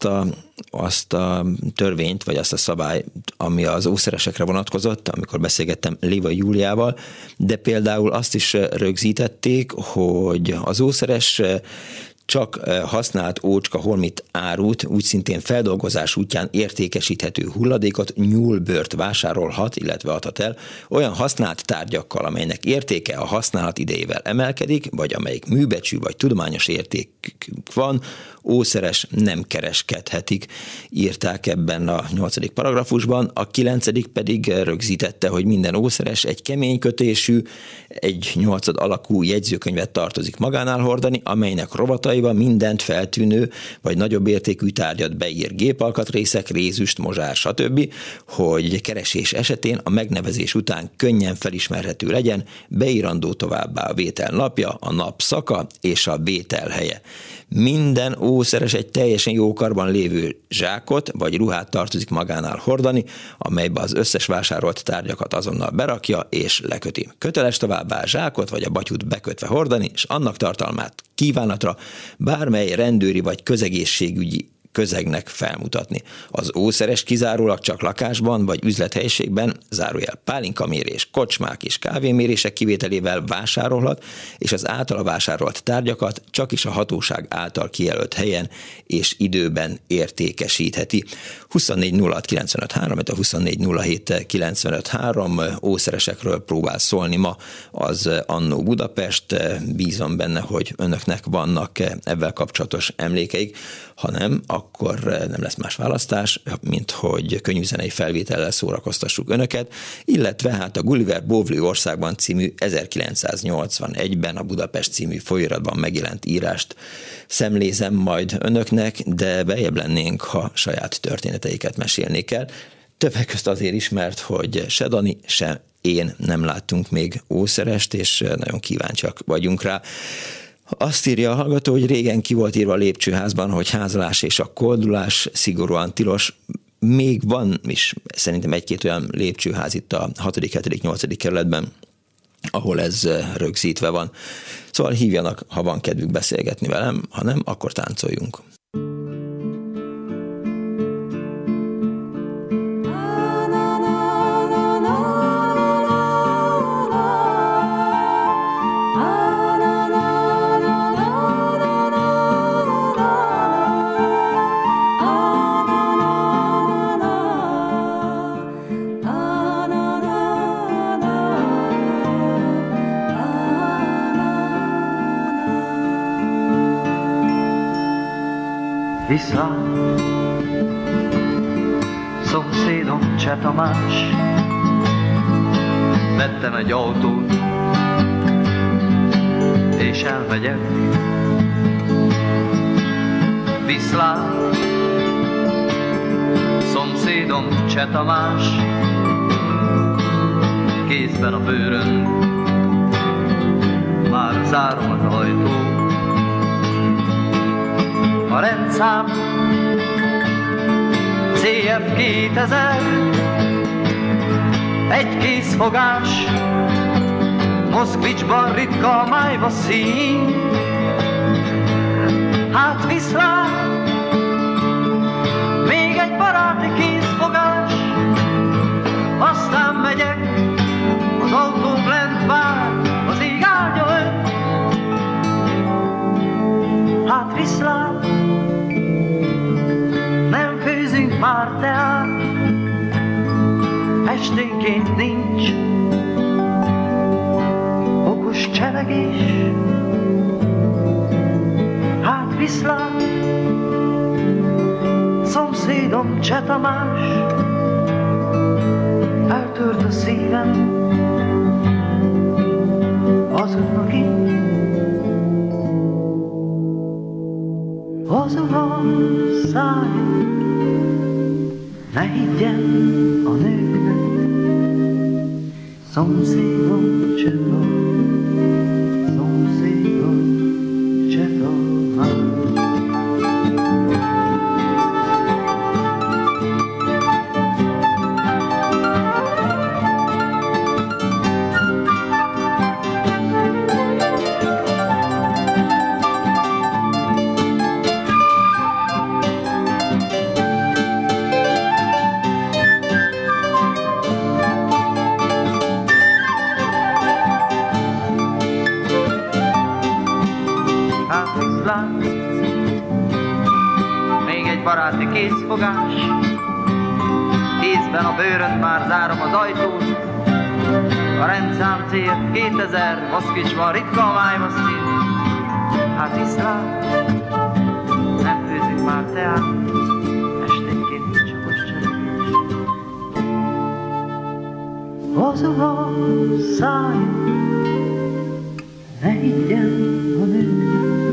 azt a törvényt, vagy azt a szabályt, ami az ószeresekre vonatkozott, amikor beszélgettem Léva Júliával, de például azt is rögzítették, hogy az ószeres csak használt ócska holmit árut, úgy szintén feldolgozás útján értékesíthető hulladékot, nyúlbőrt vásárolhat, illetve adhat el olyan használt tárgyakkal, amelynek értéke a használat idejével emelkedik, vagy amelyik műbecsű vagy tudományos érték van, ószeres nem kereskedhetik, írták ebben a 8. paragrafusban. A 9. pedig rögzítette, hogy minden ószeres egy kemény kötésű, egy 8 alakú jegyzőkönyvet tartozik magánál hordani, amelynek rovataiba mindent feltűnő vagy nagyobb értékű tárgyat beír, gépalkatrészek, rézüst, mozsár, stb., hogy keresés esetén a megnevezés után könnyen felismerhető legyen, beírandó továbbá a vétel napja, a nap szaka és a vétel helye. Minden ószeres egy teljesen jó karban lévő zsákot vagy ruhát tartozik magánál hordani, amelybe az összes vásárolt tárgyakat azonnal berakja és leköti. Köteles továbbá zsákot vagy a batyút bekötve hordani, és annak tartalmát kívánatra bármely rendőri vagy közegészségügyi közegnek felmutatni. Az ószeres kizárólag csak lakásban vagy üzlethelyiségben, zárójel pálinkamérés, kocsmák és kávémérések kivételével vásárolhat, és az általa vásárolt tárgyakat csak is a hatóság által kijelölt helyen és időben értékesítheti. 24 06 953, a 24 07 953 ószeresekről próbál szólni ma az Annó Budapest. Bízom benne, hogy önöknek vannak ebben kapcsolatos emlékeik, ha nem, akkor nem lesz más választás, mint hogy könnyűzenei felvétellel szórakoztassuk önöket, illetve hát a Gulliver Bóvlő országban című 1981-ben a Budapest című folyóiratban megjelent írást szemlézem majd önöknek, de beljebb lennénk, ha saját történeteiket mesélnék el. Többek közt azért is, mert hogy se Dani, se én nem láttunk még ószerest, és nagyon kíváncsiak vagyunk rá. Azt írja a hallgató, hogy régen ki volt írva a lépcsőházban, hogy házalás és a koldulás szigorúan tilos. Még van is szerintem egy-két olyan lépcsőház itt a 6., 7., 8. kerületben, ahol ez rögzítve van. Szóval hívjanak, ha van kedvük beszélgetni velem, ha nem, akkor táncoljunk. Viszlát, szomszédom Cseh Tamás, vettem egy autót, és elmegyek. Viszlát, szomszédom Cseh Tamás, kézben a bőrön, már zárom az ajtót. A rendszám CF 2000, egy készfogás, Moszkvicsban ritka a májva szín. Hát viszlát, még egy baráti készfogás, aztán megyek, az autóm lent vár, az ég áldja ön. Hát viszlát, nem főzünk már teát, esténként nincs okos cselegés. Hát viszlát, szomszédom Cseh Tamás, eltört a szívem azonnak itt. Azon száj, ne higgyen a nőknek, szomszédom Cseh Tamás, szomszédom Cseh Tamás. Baráti készfogás, kézben a bőrön, már zárom az ajtót. A rendszám CF 2000, Moszkvicsban ritka a májva szín. Hát viszlát, nem főzünk már teát, esténként nincs okos cselekvés. Azon a száj, ne higgyen a nőknek,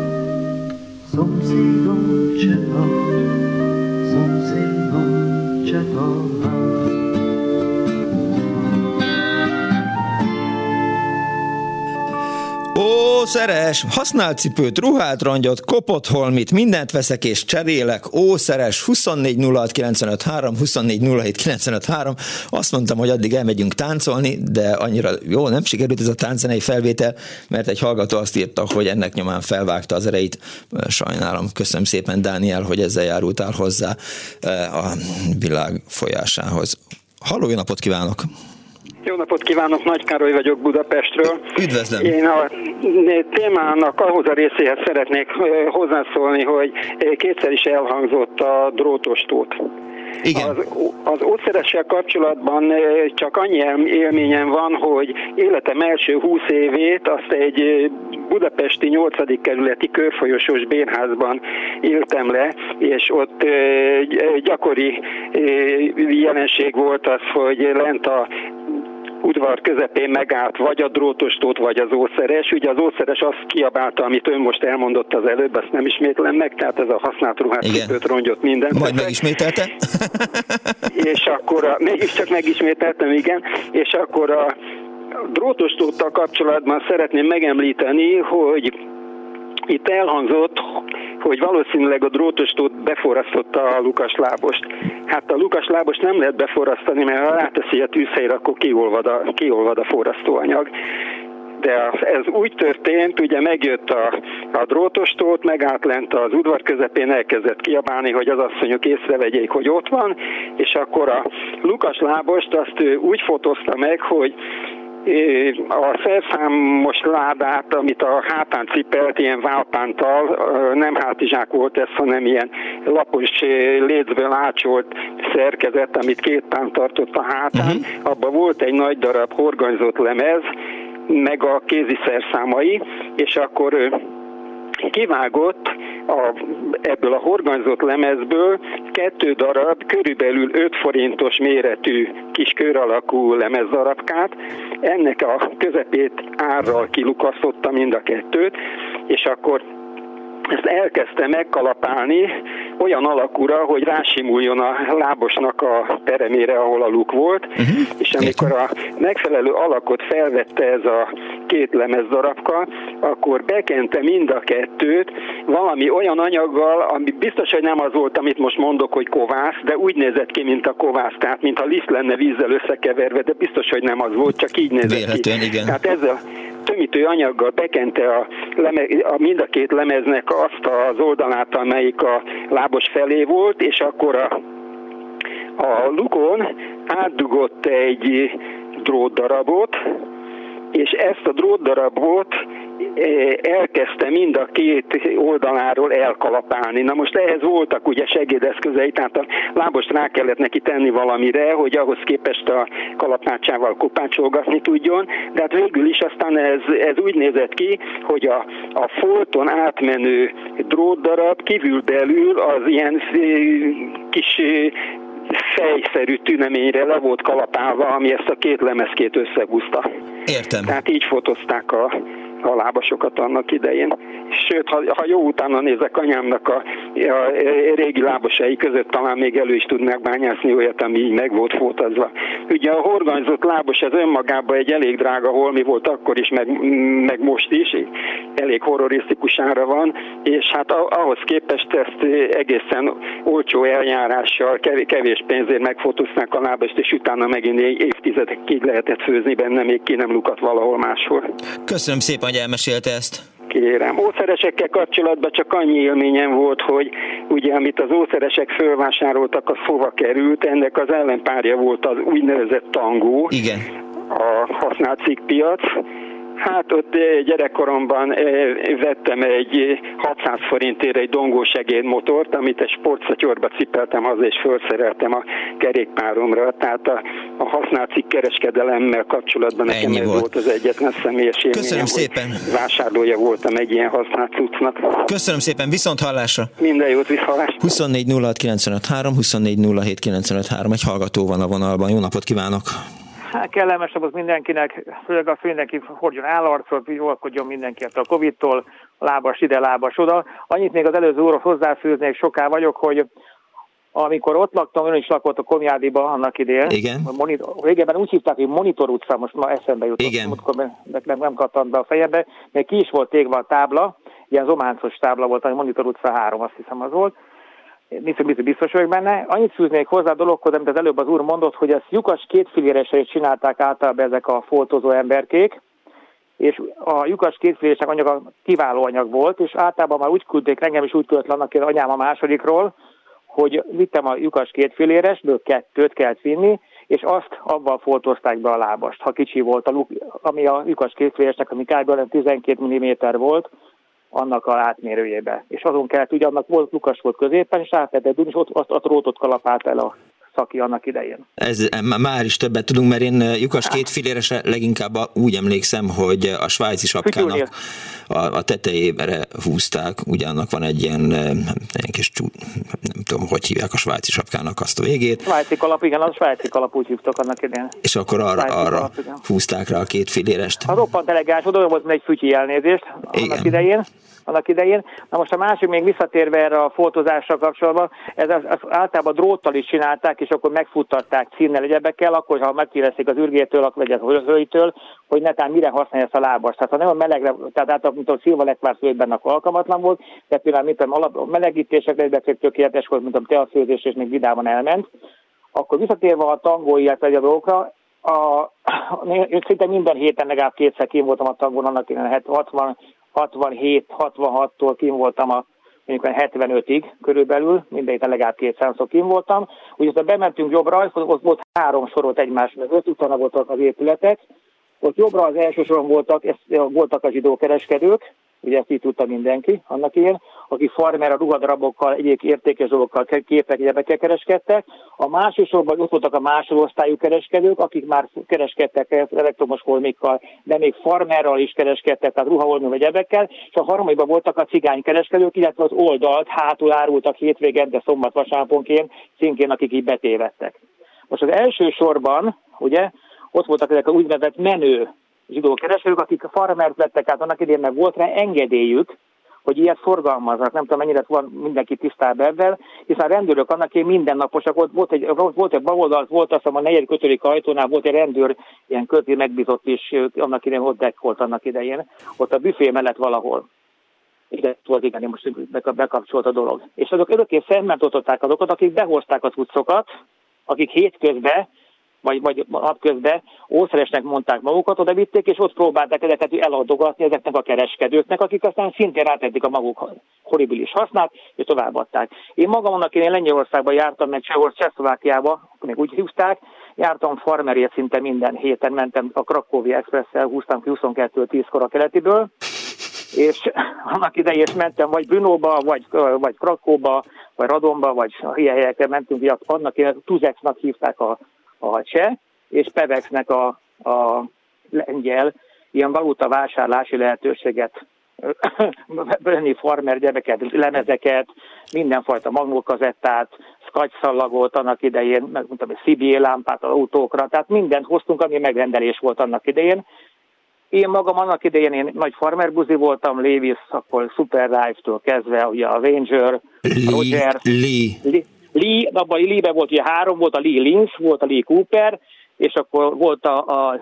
szomszédom Cseh Tamás, szomszédom Cseh Tamás. Ó, szeres, használt cipőt, ruhát, rongyot, kopott holmit, mindent veszek és cserélek. Ó, szeres, 24 06 95 3, 24 07 95 3. Azt mondtam, hogy addig elmegyünk táncolni, de annyira jó, nem sikerült ez a tánczenei felvétel, mert egy hallgató azt írta, hogy ennek nyomán felvágta az ereit. Sajnálom, köszönöm szépen, Dániel, hogy ezzel járultál hozzá a világ folyásához. Halló, jó napot kívánok! Jó napot kívánok, Nagy Károly vagyok Budapestről. Üdvözlöm! Én a témának ahhoz a részéhez szeretnék hozzászólni, hogy kétszer is elhangzott a drótostót. Igen. Az ószeressel kapcsolatban csak annyi élményem van, hogy életem első 20 évét azt egy budapesti 8. kerületi körfolyosós bérházban éltem le, és ott gyakori jelenség volt az, hogy lent a udvar közepén megállt vagy a drótostót, vagy az ószeres. Ugye az ószeres azt kiabálta, amit ön most elmondott az előbb, azt nem ismétlem meg, tehát ez a használt ruhát, cipőt, rongyot, mindent. Majd megismételte? És akkor mégiscsak megismételtem, igen, és akkor a drótostóttal kapcsolatban szeretném megemlíteni, hogy itt elhangzott, hogy valószínűleg a drótostót beforrasztotta a lukaslábost. Hát a lukaslábost nem lehet beforrasztani, mert ha ráteszi a tűzhelyre, akkor kiolvad a forrasztóanyag. De ez úgy történt, ugye megjött a drótostót, megállt lent az udvar közepén, elkezdett kiabálni, hogy az asszonyok észrevegyék, hogy ott van, és akkor a lukaslábost azt úgy fotózta meg, hogy a szerszámos ládát, amit a hátán cipelt, ilyen válpántal, nem hátizsák volt ez, hanem ilyen lapos lécből ácsolt szerkezet, amit két pán tartott a hátán, abban volt egy nagy darab horgonyzott lemez, meg a kézi szerszámai, és akkor kivágott ebből a horgonyzott lemezből 2 darab, körülbelül 5 forintos méretű kis kör alakú lemezdarabkát, ennek a közepét árral kilukasztotta mind a 2-t, és akkor ezt elkezdte megkalapálni olyan alakúra, hogy rásimuljon a lábosnak a peremére, ahol a luk volt, és amikor a megfelelő alakot felvette ez a 2 lemezdarabka, akkor bekente mind a 2-t valami olyan anyaggal, ami biztos, hogy nem az volt, amit most mondok, hogy kovász, de úgy nézett ki, mint a kovász, tehát mintha liszt lenne vízzel összekeverve, de biztos, hogy nem az volt, csak így nézett ki. Igen. Tehát ezzel tömítő anyaggal bekente mind a 2 lemeznek azt az oldalát, amelyik a lábos felé volt, és akkor a lukon átdugott egy drótdarabot, és ezt a drótdarabot elkezdte mind a 2 oldaláról elkalapálni. Na most ehhez voltak ugye segédeszközei, tehát a lábost rá kellett neki tenni valamire, hogy ahhoz képest a kalapácsával kopácsolgatni tudjon, de hát végül is aztán ez úgy nézett ki, hogy a folton átmenő drótdarab kívül-belül az ilyen kis fejszerű tüneményre le volt kalapálva, ami ezt a 2 lemezkét összehúzta. Értem. Tehát így fotózták a lábasokat annak idején. Sőt, ha jó utána nézek anyámnak a régi lábasai között, talán még elő is tudnák bányászni olyat, ami így meg volt fotózva. Ugye a horgonyzott lábos ez önmagában egy elég drága holmi volt akkor is, meg most is, elég horrorisztikus ára van, és hát ahhoz képest ezt egészen olcsó eljárással, kevés pénzért megfotózták a lábast, és utána megint évtizedekig lehetett főzni benne, még ki nem lukadt valahol máshol. Köszönöm szépen, hogy elmesélte ezt. Kérem. Ószeresekkel kapcsolatban csak annyi élményem volt, hogy ugye amit az ószeresek fölvásároltak, az hova került, ennek az ellenpárja volt az úgynevezett tangó, igen, a használt cikkpiac. Hát ott gyerekkoromban vettem egy 600 forintért egy dongósegédmotort, amit egy sportszatyorba cipeltem haza, és felszereltem a kerékpáromra. Tehát a használt cikk kereskedelemmel kapcsolatban nekem ez volt az egyetlen személyes élményem. Köszönöm szépen. Vásárlója voltam egy ilyen használt cuccnak. Köszönöm szépen, viszont hallásra. Minden jót, viszontlátásra. 24 06 953, 24 07 953, egy hallgató van a vonalban. Jó napot kívánok! Hát kellemesebb az mindenkinek, főleg az, hogy mindenki hordjon állarcot, jóalkodjon mindenki a Covid-tól, lábas ide, lábas oda. Annyit még az előző úrhoz hozzáfűznék, soká vagyok, hogy amikor ott laktam, ön is lakott a Komjádiba annak idején. Igen. Régebben úgy hívták, hogy Monitor utca, most már eszembe jutott. Igen. Nem kattant be a fejembe, mert ki is volt égve a tábla, ilyen zománcos tábla volt, ami Monitor utca 3, azt hiszem az volt. Biztos vagyok benne. Annyit fűznék hozzá a dologhoz, amit az előbb az úr mondott, hogy ezt lyukas kétfiléresre is csinálták általában ezek a foltozó emberkék, és a lyukas kétfiléresnek anyaga kiváló anyag volt, és általában már úgy küldték, engem is úgy küldött annak anyám a másodikról, hogy vittem a lyukas kétfilérestből 2 kellett vinni, és azt abban foltozták be a lábast, ha kicsi volt a luk, ami a lyukas kétfiléresnek, ami kb. 12 mm volt, annak a átmérőjébe. És azon kellett, ugye annak volt lukas volt középen, és átvetett, és ott a trótot kalapált el a szaki annak idején. Ez már is többet tudunk, mert én lyukas kétfiléresre leginkább úgy emlékszem, hogy a svájci sapkának a tetejére húzták, ugye annak van egy ilyen kis nem tudom, hogy hívják a svájci sapkának azt a végét. Svájci kalap, igen, az svájci kalap úgy hívtak annak idején. És akkor arra húzták rá a kétfilérest. A roppant elegáns, oda volt, mint egy fütyi elnézést annak idején. Na most a másik még visszatérve erre a fotózásra kapcsolatban, ez általában dróttal is csinálták, és akkor megfuttatták cínnel egyebekkel, akkor ha megkérdezték az ürgétől, vagy az hölgytől, hogy netán mire használja ezt a lábast. Tehát ha nem a melegre, tehát mint a szilvalekvárszőjében akkor alkalmatlan volt, de például mint a melegítések egyébként tökéletes volt, mint a teafőzés, és még vidáman elment. Akkor visszatérve a tangó, illetve a dolgokra, én szinte minden héten legalább kétszer kín voltam a tangón, annak 67-66-tól kín voltam mondjuk 75-ig körülbelül, minden héten legalább 200-szor kín voltam. Úgyhogy bementünk jobbra, ott volt 3 sorot egymás mögött, utána voltak az épületek. Ott jobbra az első soron voltak a zsidókereskedők, ugye ezt így tudta mindenki annak ilyen, akik farmer ruhadarabokkal, egyéb értékes dolgokkal, képek, egyebekkel kereskedtek. A második sorban ott voltak a másodosztályú kereskedők, akik már kereskedtek elektromos holmikkal, de még farmerral is kereskedtek, tehát ruhaholmi vagy egyebekkel, és a harmadikban voltak a cigánykereskedők, illetve az oldalt hátul árultak hétvégén, de szombat-vasárnaponként szintén, akik így betévedtek. Most az első sorban, ugye, ott voltak ezek az úgynevezett menő zsidókereskedők, akik a farmert vettek át annak idején, mert volt rá engedélyük, hogy ilyet forgalmaznak. Nem tudom, mennyire van mindenki tisztában ebben, hiszen a rendőrök annak idején mindennaposak, volt egy baloldalt, volt azt hiszem a 4.-5. ajtónál volt egy rendőr, ilyen köti megbízott is, annak idején ott dekkolt annak idején, ott a büfé mellett valahol. Igen, volt, igen, most bekapcsolt a dolog. És azok örökké szemmentoltották azokat, akik behozták a cuccokat, akik hétközben vagy napközben ószeresnek mondták magukat, oda vitték, és ott próbálták ezeket eladogatni ezeknek a kereskedőknek, akik aztán szintén rátették a maguk horribilis hasznát, és továbbadták. Én magam annak én Lengyelországban jártam, meg Csehszlovákiába, még úgy hívták, jártam farmerért szinte minden héten, mentem a Krakói Expresszel, húztam ki 22-10-kor a keletiből, és annak idején mentem vagy Brnóba, vagy Krakóba, vagy Radonba, vagy ilyen helyekre mentünk, hogy annak idején Tuzexnak hívták a cseh, és Pevexnek a lengyel ilyen valuta vásárlási lehetőséget venni farmer gyereket, lemezeket, mindenfajta magnókazettát, szkagyszalagot annak idején, megmondtam, hogy CBA lámpát az autókra, tehát mindent hoztunk, ami megrendelés volt annak idején. Én magam annak idején én nagy farmerbuzi voltam, Levis, akkor Super Life-től kezdve, ugye a Ranger, Roger, Lee, abban a Lee-ben volt, ugye 3 volt, a Lee Linz, volt a Lee Cooper, és akkor volt a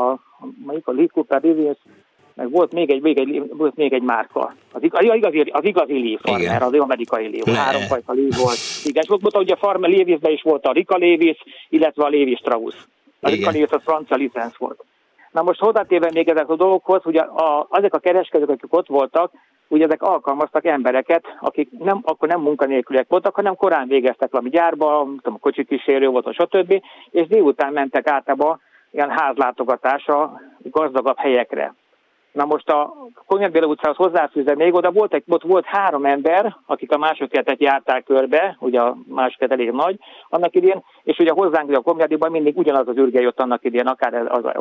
Lee Cooper Rivers, meg volt még egy márka. Az igazi Lee farmer, az amerikai Lee, 3 fajta Lee volt. Igen, és ott ugye a farmer Levisben is volt a Rika Levis, illetve a Levi Strauss. A Rika Levis az francia licensz volt. Na most hozzátéve még ezek a dolgokhoz, hogy ezek a kereskedők, akik ott voltak, ugye ezek alkalmaztak embereket, akik akkor nem munkanélküliek voltak, hanem korán végeztek valami gyárba, a kocsikísérő volt, stb. És délután mentek általában ilyen házlátogatásra gazdagabb helyekre. Na most a Konyhadbéla utcához hozzáfűzve még ott volt 3 ember, akik a másodkertet járták körbe, ugye a második elég nagy annak idén, és ugye hozzánk ugye a Konyhadiban mindig ugyanaz az ürge jött annak idén, akár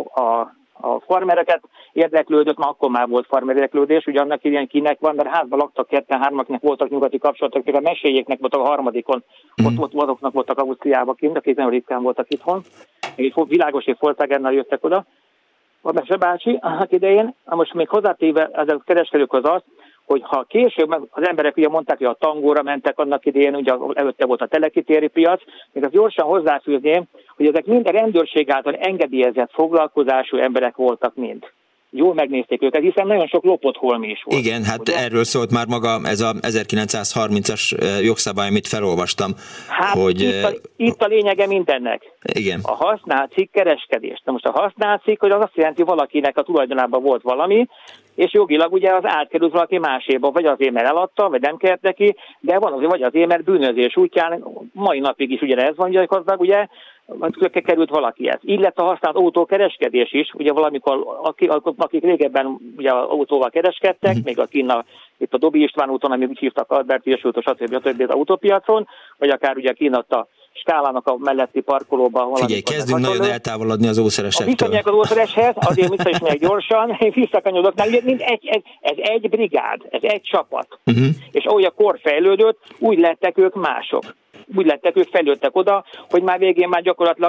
a farmereket érdeklődött, ma akkor már volt farmer érdeklődés, ugye annak idején kinek van, mert házban laktak 2-3, akinek voltak nyugati kapcsolatok, még a mesélyéknek voltak a harmadikon, ott azoknak voltak Ausztriában kint, akik nagyon ritkán voltak itthon, és világos Volkswagennel jöttek oda, a Mese bácsi annak idején, most még hozzátéve ezek a kereskedőkhoz az, hogy ha később az emberek ugye mondták, hogy a tangóra mentek annak idején, ugye előtte volt a telekitéri piac, még azt gyorsan hozzáfűzném, hogy ezek mind a rendőrség által engedélyezett foglalkozású emberek voltak mind. Jól megnézték őket, hiszen nagyon sok lopott holmi is volt. Igen, hát ugye? Erről szólt már maga ez a 1930-as jogszabály, amit felolvastam. Hát hogy itt a lényege mindennek. Igen. A használt cikk kereskedés. Na most a használt cikk, hogy az azt jelenti, hogy valakinek a tulajdonában volt valami, és jogilag ugye az átkerült valaki máséba, vagy azért, mert eladta, vagy nem kért neki, de van azért, vagy azért, mert bűnözés útján mai napig is ugye ez van, hogy ugye került valakihez. Így lett a használt autókereskedés is, ugye valamikor, akik régebben ugye autóval kereskedtek, még itt a Dobi István úton, amit úgy hívtak Albert Virs úton, stb. Az autópiacon, vagy akár ugye kint a Skálának a melletti parkolóban. Figyelj, kezdünk nagyon eltávolodni az ószeresektől. Visszamegyek az ószereshez, azért vissza is megyek gyorsan, én visszakanyodok, mert ez egy brigád, ez egy csapat. És ahogy a kor fejlődött, úgy lettek ők mások. Úgy lettek, ők fejlődtek oda, hogy már végén már gyakorlatilag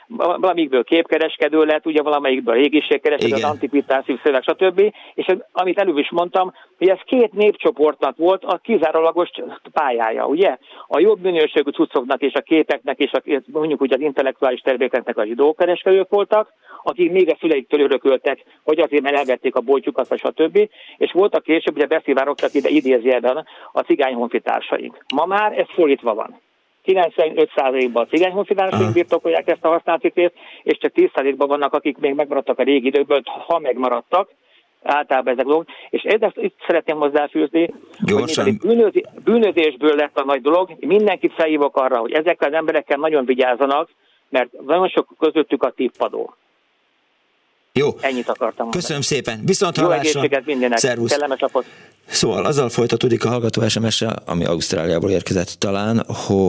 valamikből képkereskedő lett, ugye valamelyikből régiségkereskedő, az antipitációs szöveg, stb. És amit előbb is mondtam, hogy ez két népcsoportnak volt a kizárólagos pályája, ugye? A jobb minőségű cuccoknak és a képeknek és mondjuk úgy az intellektuális termékeknek a zsidókereskedők voltak, akik még a szüleiktől örököltek, hogy azért mert elvették a boltjukat, vagy stb. És voltak később, ugye beszivárogtak ide idézőjelben a cigány honfitársaink. Ma már ez fordítva van. 95%-ban a cigány honfitársaink birtokolják ezt a használt ciklét, és csak 10%-ban vannak, akik még megmaradtak a régi időkből, ha megmaradtak, általában ezek dolgok. És ezt itt szeretném hozzáfűzni, hogy bűnözésből lett a nagy dolog, mindenkit felhívok arra, hogy ezekkel az emberekkel nagyon vigyázzanak, mert nagyon sok közöttük a tippadó. Jó. Ennyit akartam. Köszönöm szépen. Viszont hallásra. Jó egészséget mindenek. Szervusz. Kellemes napot. Szóval azzal folytatódik a hallgató SMS-e, ami Ausztráliából érkezett talán,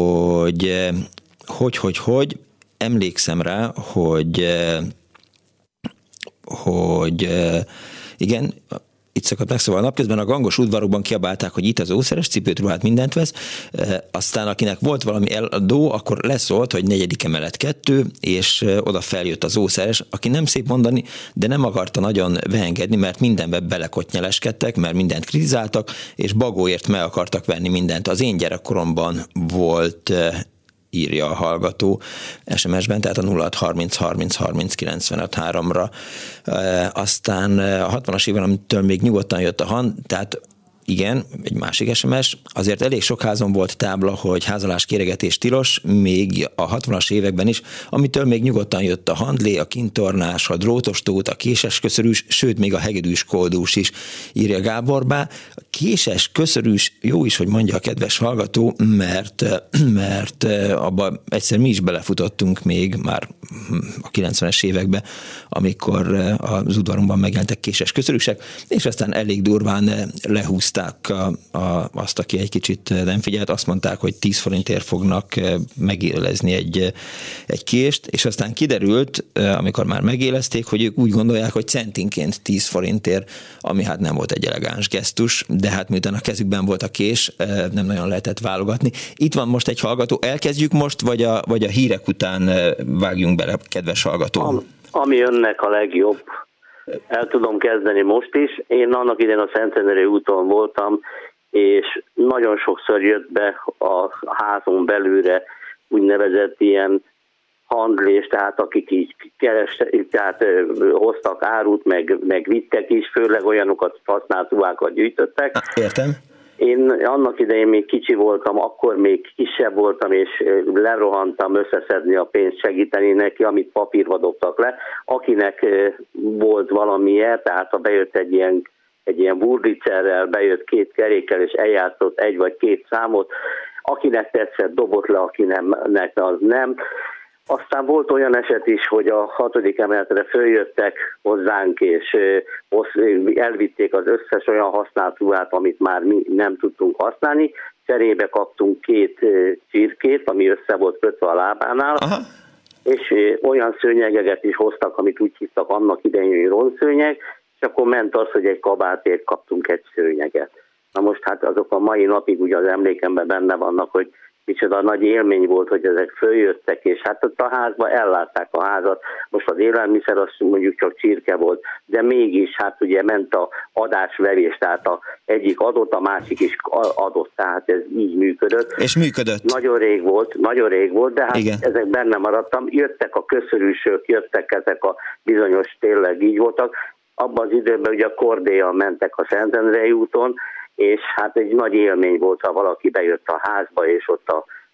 hogy emlékszem rá, hogy igen, itt szakadt meg, szóval napközben a gangos udvarokban kiabálták, hogy itt az ószeres, cipőt, ruhát, mindent vesz, aztán akinek volt valami eladó, akkor leszólt, hogy 4. emelet 2, és oda feljött az ószeres, aki nem szép mondani, de nem akarta nagyon beengedni, mert mindenbe belekotnyeleskedtek, mert mindent kritizáltak, és bagóért meg akartak venni mindent. Az én gyerekkoromban volt, írja a hallgató SMS-ben, tehát a 0630 30 30 95 3-ra. Aztán a 60-as évben, amitől még nyugodtan jött a Han, tehát igen, egy másik SMS, azért elég sok házon volt tábla, hogy házalás kéregetés tilos, még a 60-as években is, amitől még nyugodtan jött a handlé, a kintornás, a drótos tót, a késes köszörűs, sőt még a hegedűs koldús is, írja Gábor Bá. A késes köszörűs, jó is, hogy mondja a kedves hallgató, mert abba egyszer mi is belefutottunk még már a 90-es években, amikor az udvarunkban megjelentek késes köszörűsek, és aztán elég durván lehúzták azt, aki egy kicsit nem figyelt, azt mondták, hogy 10 forintért fognak megélezni egy kést, és aztán kiderült, amikor már megélezték, hogy ők úgy gondolják, hogy centinként 10 forintért, ami hát nem volt egy elegáns gesztus, de hát miután a kezükben volt a kés, nem nagyon lehetett válogatni. Itt van most egy hallgató, elkezdjük most, vagy a hírek után vágjunk bele, kedves hallgató? Ami önnek a legjobb. El tudom kezdeni most is. Én annak idején a Szentendrei úton voltam, és nagyon sokszor jött be a házon belülre úgynevezett ilyen handlés, tehát akik így tehát hoztak árut, meg vittek is, főleg olyanokat, használt ruhákat gyűjtöttek. Értem. Én annak idején még kicsi voltam, akkor még kisebb voltam, és lerohantam összeszedni a pénzt, segíteni neki, amit papírba dobtak le. Akinek volt valamilyen, tehát ha bejött egy ilyen burdicerrel, bejött 2 kerékkel, és eljátszott 1 vagy 2 számot, akinek tetszett, dobott le, akinek az nem. Aztán volt olyan eset is, hogy a 6. emeletre följöttek hozzánk, és elvitték az összes olyan használt ruhát, amit már mi nem tudtunk használni. Cserébe kaptunk 2 csirkét, ami össze volt kötve a lábánál, és olyan szőnyegeket is hoztak, amit úgy hívtak annak idején, hogy ronszőnyeg, és akkor ment az, hogy egy kabátért kaptunk egy szőnyeget. Na most hát azok a mai napig ugye az emlékemben benne vannak, hogy micsoda nagy élmény volt, hogy ezek följöttek, és hát ott a házba ellátták a házat. Most az élelmiszer az mondjuk csak csirke volt, de mégis hát ugye ment a adásverés, tehát egyik adott, a másik is adott, tehát ez így működött. És működött. Nagyon rég volt, de hát igen. Ezek benne maradtam. Jöttek a köszörűsök, jöttek ezek a bizonyos, tényleg így voltak. Abban az időben ugye a kordéjjal mentek a Szentendrei úton, és hát egy nagy élmény volt, ha valaki bejött a házba, és ott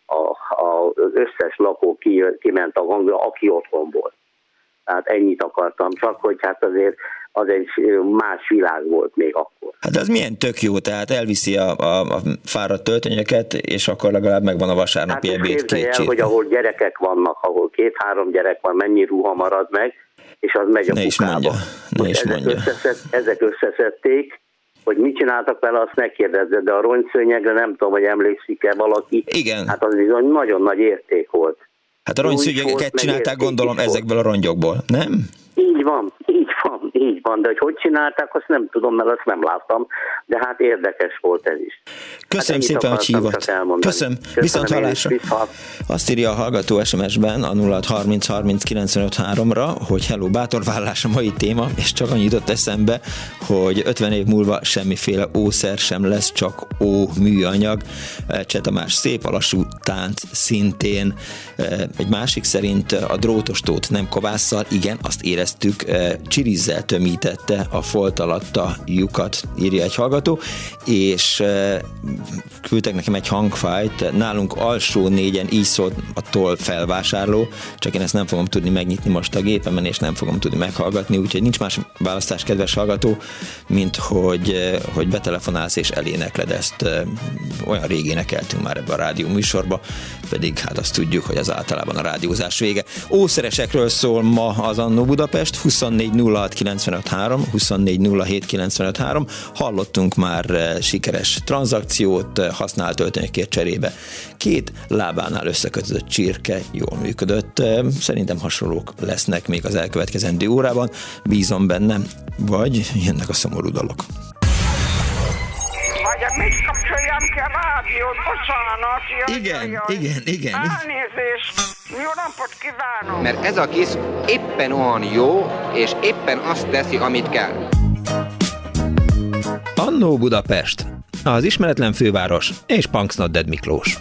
az összes lakó kiment a hangja, aki otthon volt. Tehát ennyit akartam csak, hogy hát azért az egy más világ volt még akkor. Hát az milyen tök jó, tehát elviszi a fáradt töltönyöket, és akkor legalább megvan a vasárnapi ebéd. Hát képzelj el, hogy ahol gyerekek vannak, ahol 2-3 gyerek van, mennyi ruha marad meg, és az megy a kukába. Ne is mondja. Ezek összeszedték, hogy mit csináltak vele, azt ne kérdezzed, de a rongyszőnyegre nem tudom, hogy emlékszik-e valaki. Igen. Hát az bizony nagyon nagy érték volt. Hát a rongyszőnyegeket csinálták, gondolom, ezekből a rongyokból, nem? Így van. Így van, de hogy csinálták, azt nem tudom, mert azt nem láttam, de hát érdekes volt ez is. Köszönöm szépen, hogy hívott. Köszönöm. Viszont hallásra. Azt írja a hallgató SMS-ben a 06303095-3-ra, hogy hello, bátorvállás a mai téma, és csak annyit jutott eszembe, hogy 50 év múlva semmiféle ószer sem lesz, csak műanyag. Cseh Tamás, szép a lassú tánc szintén. Egy másik szerint a drótostót nem kovásszal, igen, azt éreztük, csirizzel tömítette a folt alatt a lyukat, írja egy hallgató, és küldtek nekem egy hangfájt, nálunk alsó 4-en így szólt a toll felvásárló, csak én ezt nem fogom tudni megnyitni most a gépemen, és nem fogom tudni meghallgatni, úgyhogy nincs más választás, kedves hallgató, mint hogy betelefonálsz és elénekled ezt. Olyan rég énekeltünk már ebbe a rádió műsorba, pedig hát azt tudjuk, hogy az általában a rádiózás vége. Ószeresekről szól ma az Annó Budapest, 24 06 95 3, 24 07 95 3. Hallottunk már sikeres tranzakciót, használt öltönyökért cserébe. 2 lábánál összekötött csirke jól működött. Szerintem hasonlók lesznek még az elkövetkezendő órában. Bízom benne, vagy jönnek a szomorú dalok. Mit kapcsoljam ki a rádiót? Bocsánat. Igen. Elnézést. Jó napot kívánok. Mert ez a kis éppen olyan jó, és éppen azt teszi, amit kell. Annó Budapest, az ismeretlen főváros és Punks Not Dead Miklós.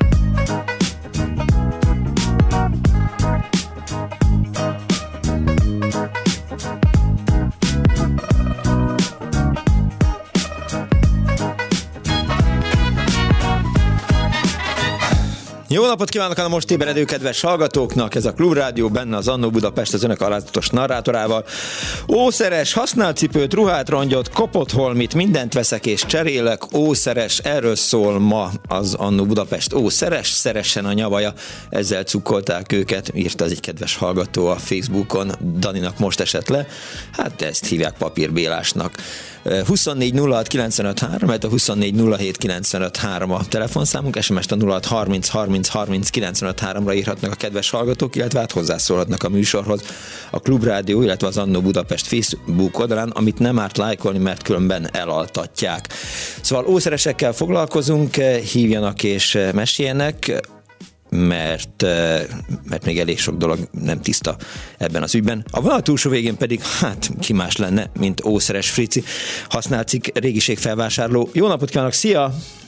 Jó napot kívánok a most ébredő kedves hallgatóknak, ez a Klubrádió, benne az Annó Budapest az önök alázatos narrátorával. Ószeres, használt cipőt, ruhát, rongyot, kopott holmit, mindent veszek és cserélek, ószeres, erről szól ma az Annó Budapest. Ószeres, szeressen a nyavaja, ezzel cukkolták őket, írta az egy kedves hallgató a Facebookon, Daninak most esett le, hát ezt hívják papírbélásnak. 24 06 95 3, mert a 24 07 95 3 a telefonszámunk, SMS-t a 06 30 30 30 95 3-ra írhatnak a kedves hallgatók, illetve hát hozzászólhatnak a műsorhoz a Klubrádió, illetve az Annó Budapest Facebook oldalán, amit nem árt lájkolni, mert különben elaltatják. Szóval ószeresekkel foglalkozunk, hívjanak és meséljenek, mert még elég sok dolog nem tiszta ebben az ügyben. A vonal túlsó végén pedig, hát ki más lenne, mint Ószeres Frici, használt cikk régiségfelvásárló. Jó napot kívánok, szia!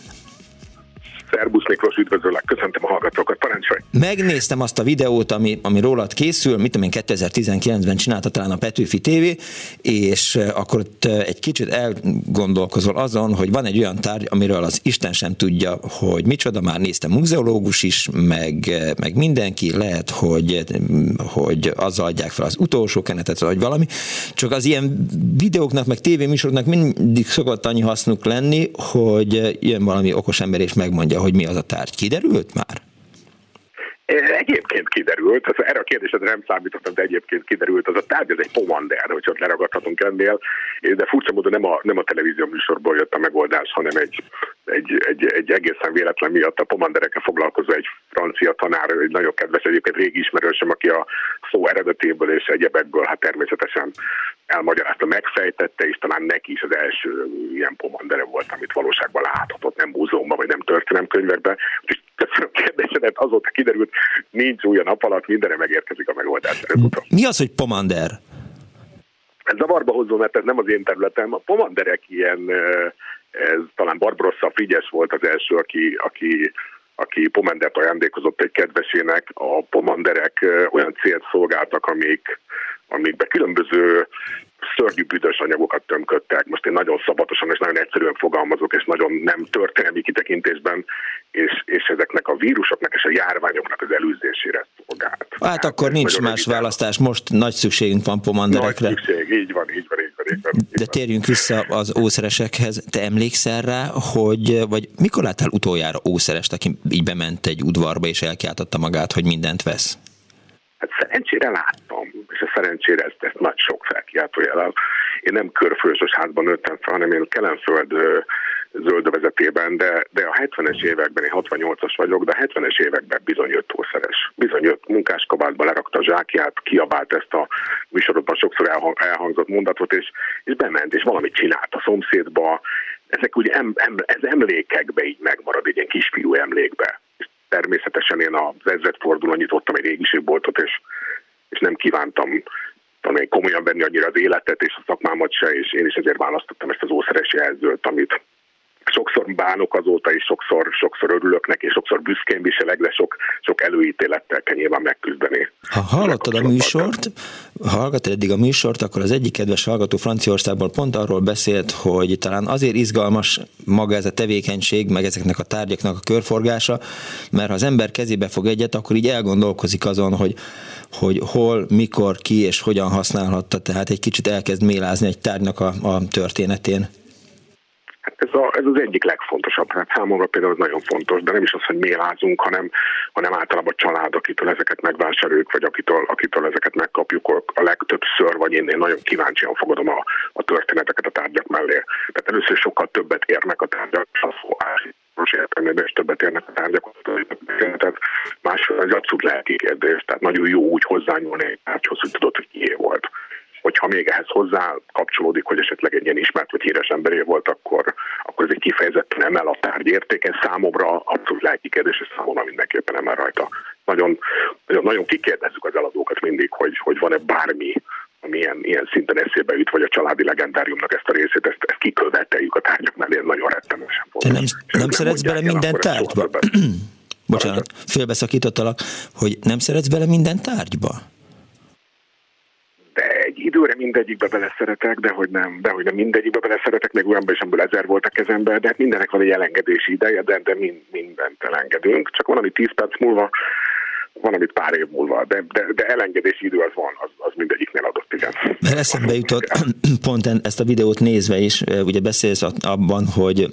Szerbusz Miklós, üdvözöllek, köszöntöm a hallgatókat, parancsolj! Megnéztem azt a videót, ami rólad készül, mit tudom én, 2019-ben csinálta talán a Petőfi TV, és akkor ott egy kicsit elgondolkozol azon, hogy van egy olyan tárgy, amiről az Isten sem tudja, hogy micsoda, már nézte muzeológus is, meg mindenki, lehet, hogy azzal adják fel az utolsó kenetet, vagy valami, csak az ilyen videóknak, meg tévéműsoroknak mindig szokott annyi hasznuk lenni, hogy jön valami okos ember és megmondja, hogy mi az a tárgy. Kiderült már? Egyébként kiderült, erre a kérdésedre nem számítottam, de egyébként kiderült, az a tárgy, ez egy pomander, hogy ott leragadhatunk ennél, de furcsa módon nem a televízió műsorból jött a megoldás, hanem egy egészen véletlen miatt a pomanderekkel foglalkozó egy francia tanár, egy nagyon kedves, egyébként régi ismerősöm, aki a szó eredetéből és egyebekből hát természetesen elmagyarázta, megfejtette, és talán neki is az első ilyen pomandere volt, amit valóságban láthatott, nem múzeumban, vagy nem történelemkönyvekben. És köszönöm a kérdésedet, azóta kiderült, nincs új a nap alatt, mindenre megérkezik a megoldás. Mi az, hogy pomander? Ez zavarba hozom, mert ez nem az én területem. A pomanderek ilyen, ez talán Barbarossa Frigyes volt az első, aki pomandert ajándékozott egy kedvesének. A pomanderek olyan célt szolgáltak, amikbe különböző szörnyű büdös anyagokat tömködtek. Most én nagyon szabatosan és nagyon egyszerűen fogalmazok, és nagyon nem történelmi kitekintésben, és ezeknek a vírusoknak és a járványoknak az előzésére szolgált. Hát akkor nincs más választás, most nagy szükségünk van pomanderekre. Nagy szükség, így van. De térjünk vissza az ószeresekhez. Te emlékszel rá, vagy mikor láttál utoljára ószerest, aki így bement egy udvarba és elkiáltotta magát, hogy mindent vesz? Hát szerencsére láttam, és a szerencsére ezt nagy sok felkiáltójellel. Én nem körfősös házban nőttem fel, hanem én Kelenföld zöldövezetében, de a 70-es években, én 68-as vagyok, de a 70-es években bizony jött ószeres. Bizony jött munkáskabátba, lerakta a zsákját, kiabált ezt a műsorodban sokszor elhangzott mondatot, és bement, és valamit csinált a szomszédba. Ezek ugye ez emlékekbe így megmarad, egy ilyen kisfiú emlékbe. És természetesen én az ezredfordulón nyitottam egy régiségboltot, és nem kívántam komolyan venni annyira az életet és a szakmámat se, és én is ezért választottam ezt az ószeres jelzőt, amit sokszor bánok azóta, és sokszor örülök neki, és sokszor büszkén viselek, de sok előítélettel kell nyilván megküzdeni. Ha hallottad eddig a műsort, akkor az egyik kedves hallgató Franciaországból pont arról beszélt, hogy talán azért izgalmas maga ez a tevékenység, meg ezeknek a tárgyaknak a körforgása, mert ha az ember kezébe fog egyet, akkor így elgondolkozik azon, hogy hol, mikor, ki és hogyan használhatta, tehát egy kicsit elkezd mélázni egy tárgynak a történetén. Hát ez az egyik legfontosabb. Hát számomra például ez nagyon fontos, de nem is az, hogy mélázunk, hanem általában a család, akitől ezeket megvásároljuk, vagy akitől ezeket megkapjuk, a legtöbbször, vagy én nagyon kíváncsian fogadom a történeteket a tárgyak mellé. Tehát először sokkal többet érnek a tárgyak, most értelmében is többet érnek a tárgyak, tehát másfél az abszolút lelki kérdés, tehát nagyon jó úgy hozzányúlni egy tárgyhoz, hogy tudod, hogy kié volt. Hogyha még ehhez hozzá kapcsolódik, hogy esetleg egy ilyen ismert vagy híres emberé volt, akkor ez egy kifejezetten emel a tárgy értéke. Számomra abszolút lelki kérdés, és számomra mindenképpen emel rajta. Nagyon kikérdezzük az eladókat mindig, hogy van-e bármi, ami ilyen szinten eszébe jut, vagy a családi legendáriumnak ezt a részét, ezt kiköveteljük a tárgyak mellé, nagyon rettenesen fontos. Nem szeretsz bele minden tárgyba? Bocsánat, félbeszakítottalak, hogy nem szeretsz bele minden tárgyba? De egy időre mindegyikbe beleszeretek, de hogy nem mindegyikbe beleszeretek, még olyanban is, amiből 1000 volt a kezemben, de hát mindennek van egy elengedési ideje, de mindent elengedünk. Csak van, ami 10 perc múlva, van, amit pár év múlva, de elengedési idő az van, az mindegyiknél adott, igen. Mert eszembe jutott pont ezt a videót nézve is, ugye beszélsz abban, hogy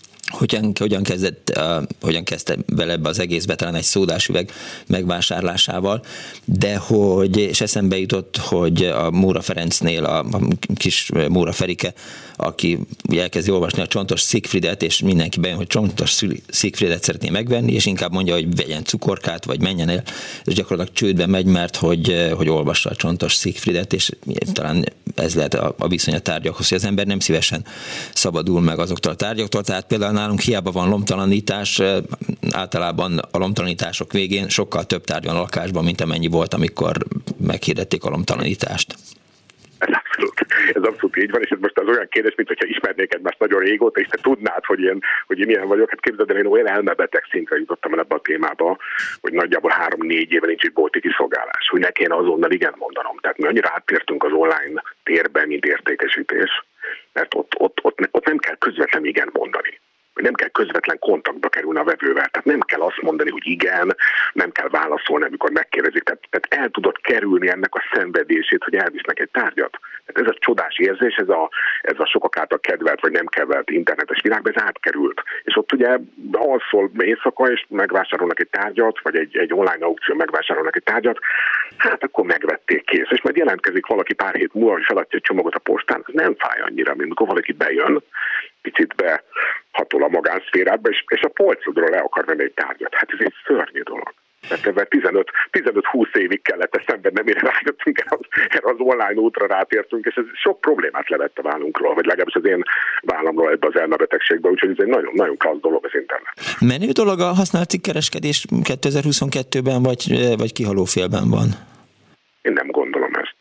hogyan kezdte bele ebbe az egészbe, talán egy szódás üveg megvásárlásával, és eszembe jutott, hogy a Móra Ferencnél a kis Móra Ferike, aki elkezdi olvasni a Csontos Siegfriedet, és mindenki bejön, hogy Csontos Siegfriedet szeretné megvenni, és inkább mondja, hogy vegyen cukorkát, vagy menjen el, és gyakorlatilag csődbe megy, mert hogy olvassa a Csontos Siegfriedet, és talán ez lehet a viszony a tárgyakhoz, hogy az ember nem szívesen szabadul meg azoktól a tárgyaktól, tehát például nálunk hiába van lomtalanítás, általában a lomtalanítások végén sokkal több tárgy van a lakásban, mint amennyi volt, amikor meghirdették a lomtalanítást. Ez abszolút így van, és ez most az olyan kérdés, mint hogyha ismernék egymást nagyon régóta, és te tudnád, hogy én milyen vagyok. Hát képzeld el, én olyan elmebeteg szintre jutottam el ebbe a témába, hogy nagyjából 3-4 éve nincs egy bolti kiszolgálás, hogy ne kéne azonnal igen mondanom. Tehát mi annyira áttértünk az online térbe, mint értékesítés, mert ott nem kell közvetlen igen mondani. Nem kell közvetlen kontaktba kerülni a vevővel. Tehát nem kell azt mondani, hogy igen, nem kell válaszolni, amikor megkérdezik. Tehát el tudod kerülni ennek a szenvedését, hogy elvisznek egy tárgyat. Tehát ez a csodás érzés, ez a sokak által kedvelt vagy nem kedvelt internetes világban, ez átkerült. És ott ugye alszol éjszaka, és megvásárolnak egy tárgyat, vagy egy online aukció megvásárolnak egy tárgyat, hát akkor megvették, kész. És majd jelentkezik valaki pár hét múlva, hogy feladja egy csomagot a postán, ez nem fáj annyira, mint amikor valaki bejön, picit behatol a magánszférába, és a polcodról le akar venni egy tárgyat. Hát ez egy szörnyű dolog. Tehát ebben 15-20 évig kellett eszembe, nem mire rájöttünk erre az online útra rátértünk, és ez sok problémát levett a vállunkról, vagy legalábbis az én vállamról ebbe az elmebetegségbe, úgyhogy ez egy nagyon klassz dolog az internet. Menő dolog a használt cikkereskedés 2022-ben, vagy kihalófélben van? Én nem gondolom ezt.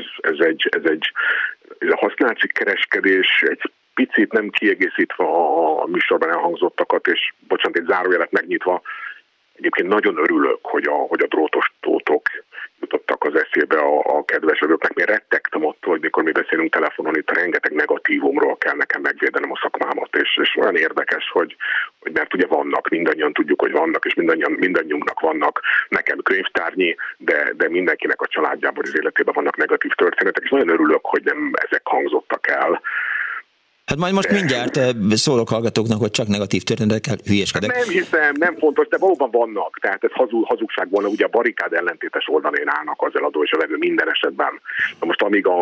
Ez a használt cikkereskedés egy picit nem kiegészítve a műsorban elhangzottakat, és bocsánat, egy zárójelet megnyitva, egyébként nagyon örülök, hogy a drótos tótok jutottak az eszébe a kedvesedőknek. Én rettegtem attól, hogy mikor mi beszélünk telefonon, itt rengeteg negatívumról kell nekem megvédenem a szakmámat, és olyan érdekes, hogy mert ugye vannak, mindannyian tudjuk, hogy vannak, és mindannyiunknak vannak, nekem könyvtárnyi, de mindenkinek a családjában, az életében vannak negatív történetek, és nagyon örülök, hogy nem ezek hangzottak el. Hát majd most mindjárt szólok hallgatóknak, hogy csak negatív történetekkel hülyeskedek. Nem hiszem, nem fontos, de valóban vannak. Tehát ez hazugság volna, ugye a barikád ellentétes oldalén állnak az eladó és a vevő minden esetben. Na most amíg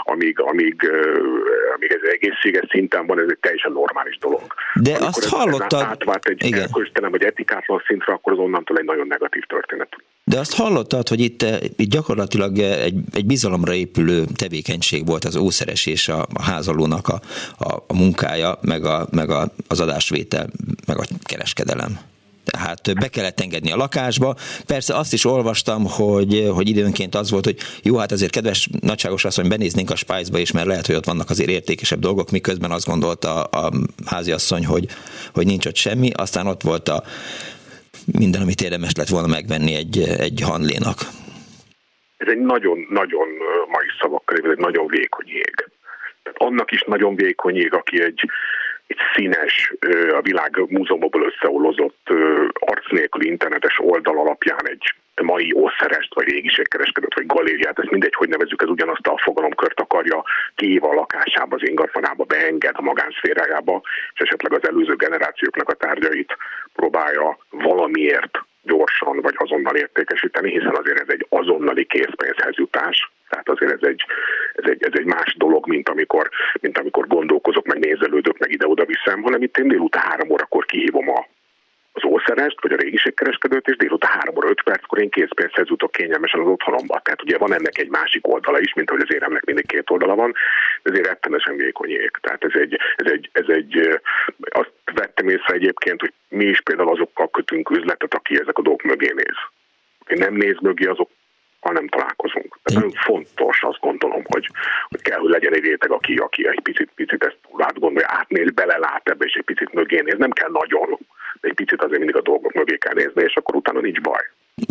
amíg ez egészséges szinten van, ez egy teljesen normális dolog. De amikor azt hallottad... átvált egy erkölcstelen vagy etikátlan szintre, akkor az onnantól egy nagyon negatív történet. De azt hallottad, hogy itt gyakorlatilag egy bizalomra épülő tevékenység volt az ószeres és a házalónak a munkája, meg az adásvétel, meg a kereskedelem. Tehát be kellett engedni a lakásba. Persze azt is olvastam, hogy időnként az volt, hogy jó, hát azért kedves nagyságos asszony, benéznénk a Spice-ba is, mert lehet, hogy ott vannak azért értékesebb dolgok, miközben azt gondolta a háziasszony, hogy nincs ott semmi. Aztán ott volt minden, amit érdemes lett volna megvenni egy Hanlénak. Ez egy nagyon-nagyon mai szavakkal, ez egy nagyon vékony jég. Tehát annak is nagyon vékony jég, aki egy színes, a világ múzeumokból összeollozott arc nélküli internetes oldal alapján egy mai ószerest, vagy régiségkereskedőt, vagy galériát, ezt mindegy, hogy nevezzük, ez ugyanazt a fogalomkört akarja, kiéve a lakásába, az ingatlanába, beenged a magánszférájába, és esetleg az előző generációknak a tárgyait próbálja valamiért gyorsan vagy azonnal értékesíteni, hiszen azért ez egy azonnali készpénzhez jutás. Tehát azért ez egy más dolog, mint amikor gondolkozok, meg nézelődök, meg ide-oda viszem, hanem itt én délután 3 órakor kihívom az ószerest, vagy a régiségkereskedőt, és délután 3 óra 5 perckor én készpénzhez jutok kényelmesen az otthonomba. Tehát ugye van ennek egy másik oldala is, mint hogy az éremnek mindig 2 oldala van, de ezért rettenesen vékony jég. Tehát ez egy azt vettem észre egyébként, hogy mi is például azokkal kötünk üzletet, aki ezek a dolgok mögé néz. Aki nem néz mögé, azok nem találkozunk. Tehát nagyon fontos, azt gondolom, hogy kell, hogy legyen egy réteg, aki egy picit ezt átgondolja, átnéz, belelát ebbe, és egy picit mögé néz. Nem kell nagyon, de egy picit azért mindig a dolgok mögé kell nézni, és akkor utána nincs baj.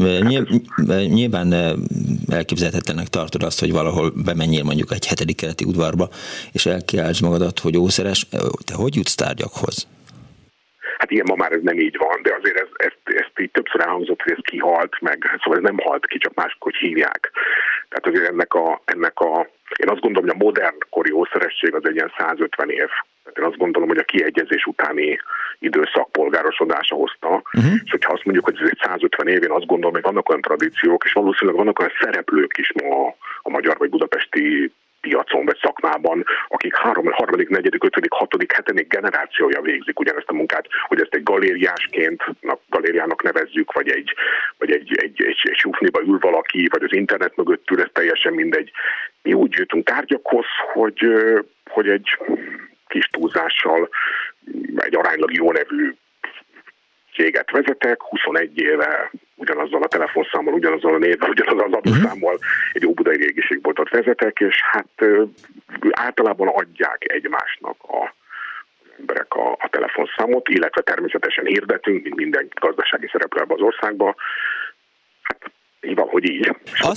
Nyilván elképzelhetetlennek tartod azt, hogy valahol bemenjél mondjuk egy 7. kerületi udvarba, és elkiáltsd magadat, hogy ószeres. Te hogy jutsz tárgyakhoz? Hát igen, ma már ez nem így van, de azért ezt így többször elhangzott, hogy ez kihalt meg, szóval ez nem halt ki, csak máshogy hívják. Tehát azért ennek a én azt gondolom, hogy a modern kori ószeresség az egy ilyen 150 év. Tehát én azt gondolom, hogy a kiegyezés utáni időszak polgárosodása hozta, és hogyha azt mondjuk, hogy ez egy 150 év, én azt gondolom, hogy vannak olyan tradíciók, és valószínűleg vannak olyan szereplők is ma a magyar vagy budapesti piacon vagy szakmában, akik 3., 4., 5., 6., 7. generációja végzik ugyanezt a munkát, hogy ezt egy galériának nevezzük, vagy egy sufniba ül valaki, vagy az internet mögött ül, ez teljesen mindegy. Mi úgy jutunk tárgyakhoz, hogy egy kis túlzással egy aránylag jó nevű céget vezetek, 21 éve ugyanazzal a telefonszámmal, ugyanazzal a névvel, ugyanazzal az adószámmal egy óbudai régiségboltot vezetek, és hát általában adják egymásnak az emberek a telefonszámot, illetve természetesen hirdetünk, mint minden gazdasági szereplő az országban. Hát így van, hogy így.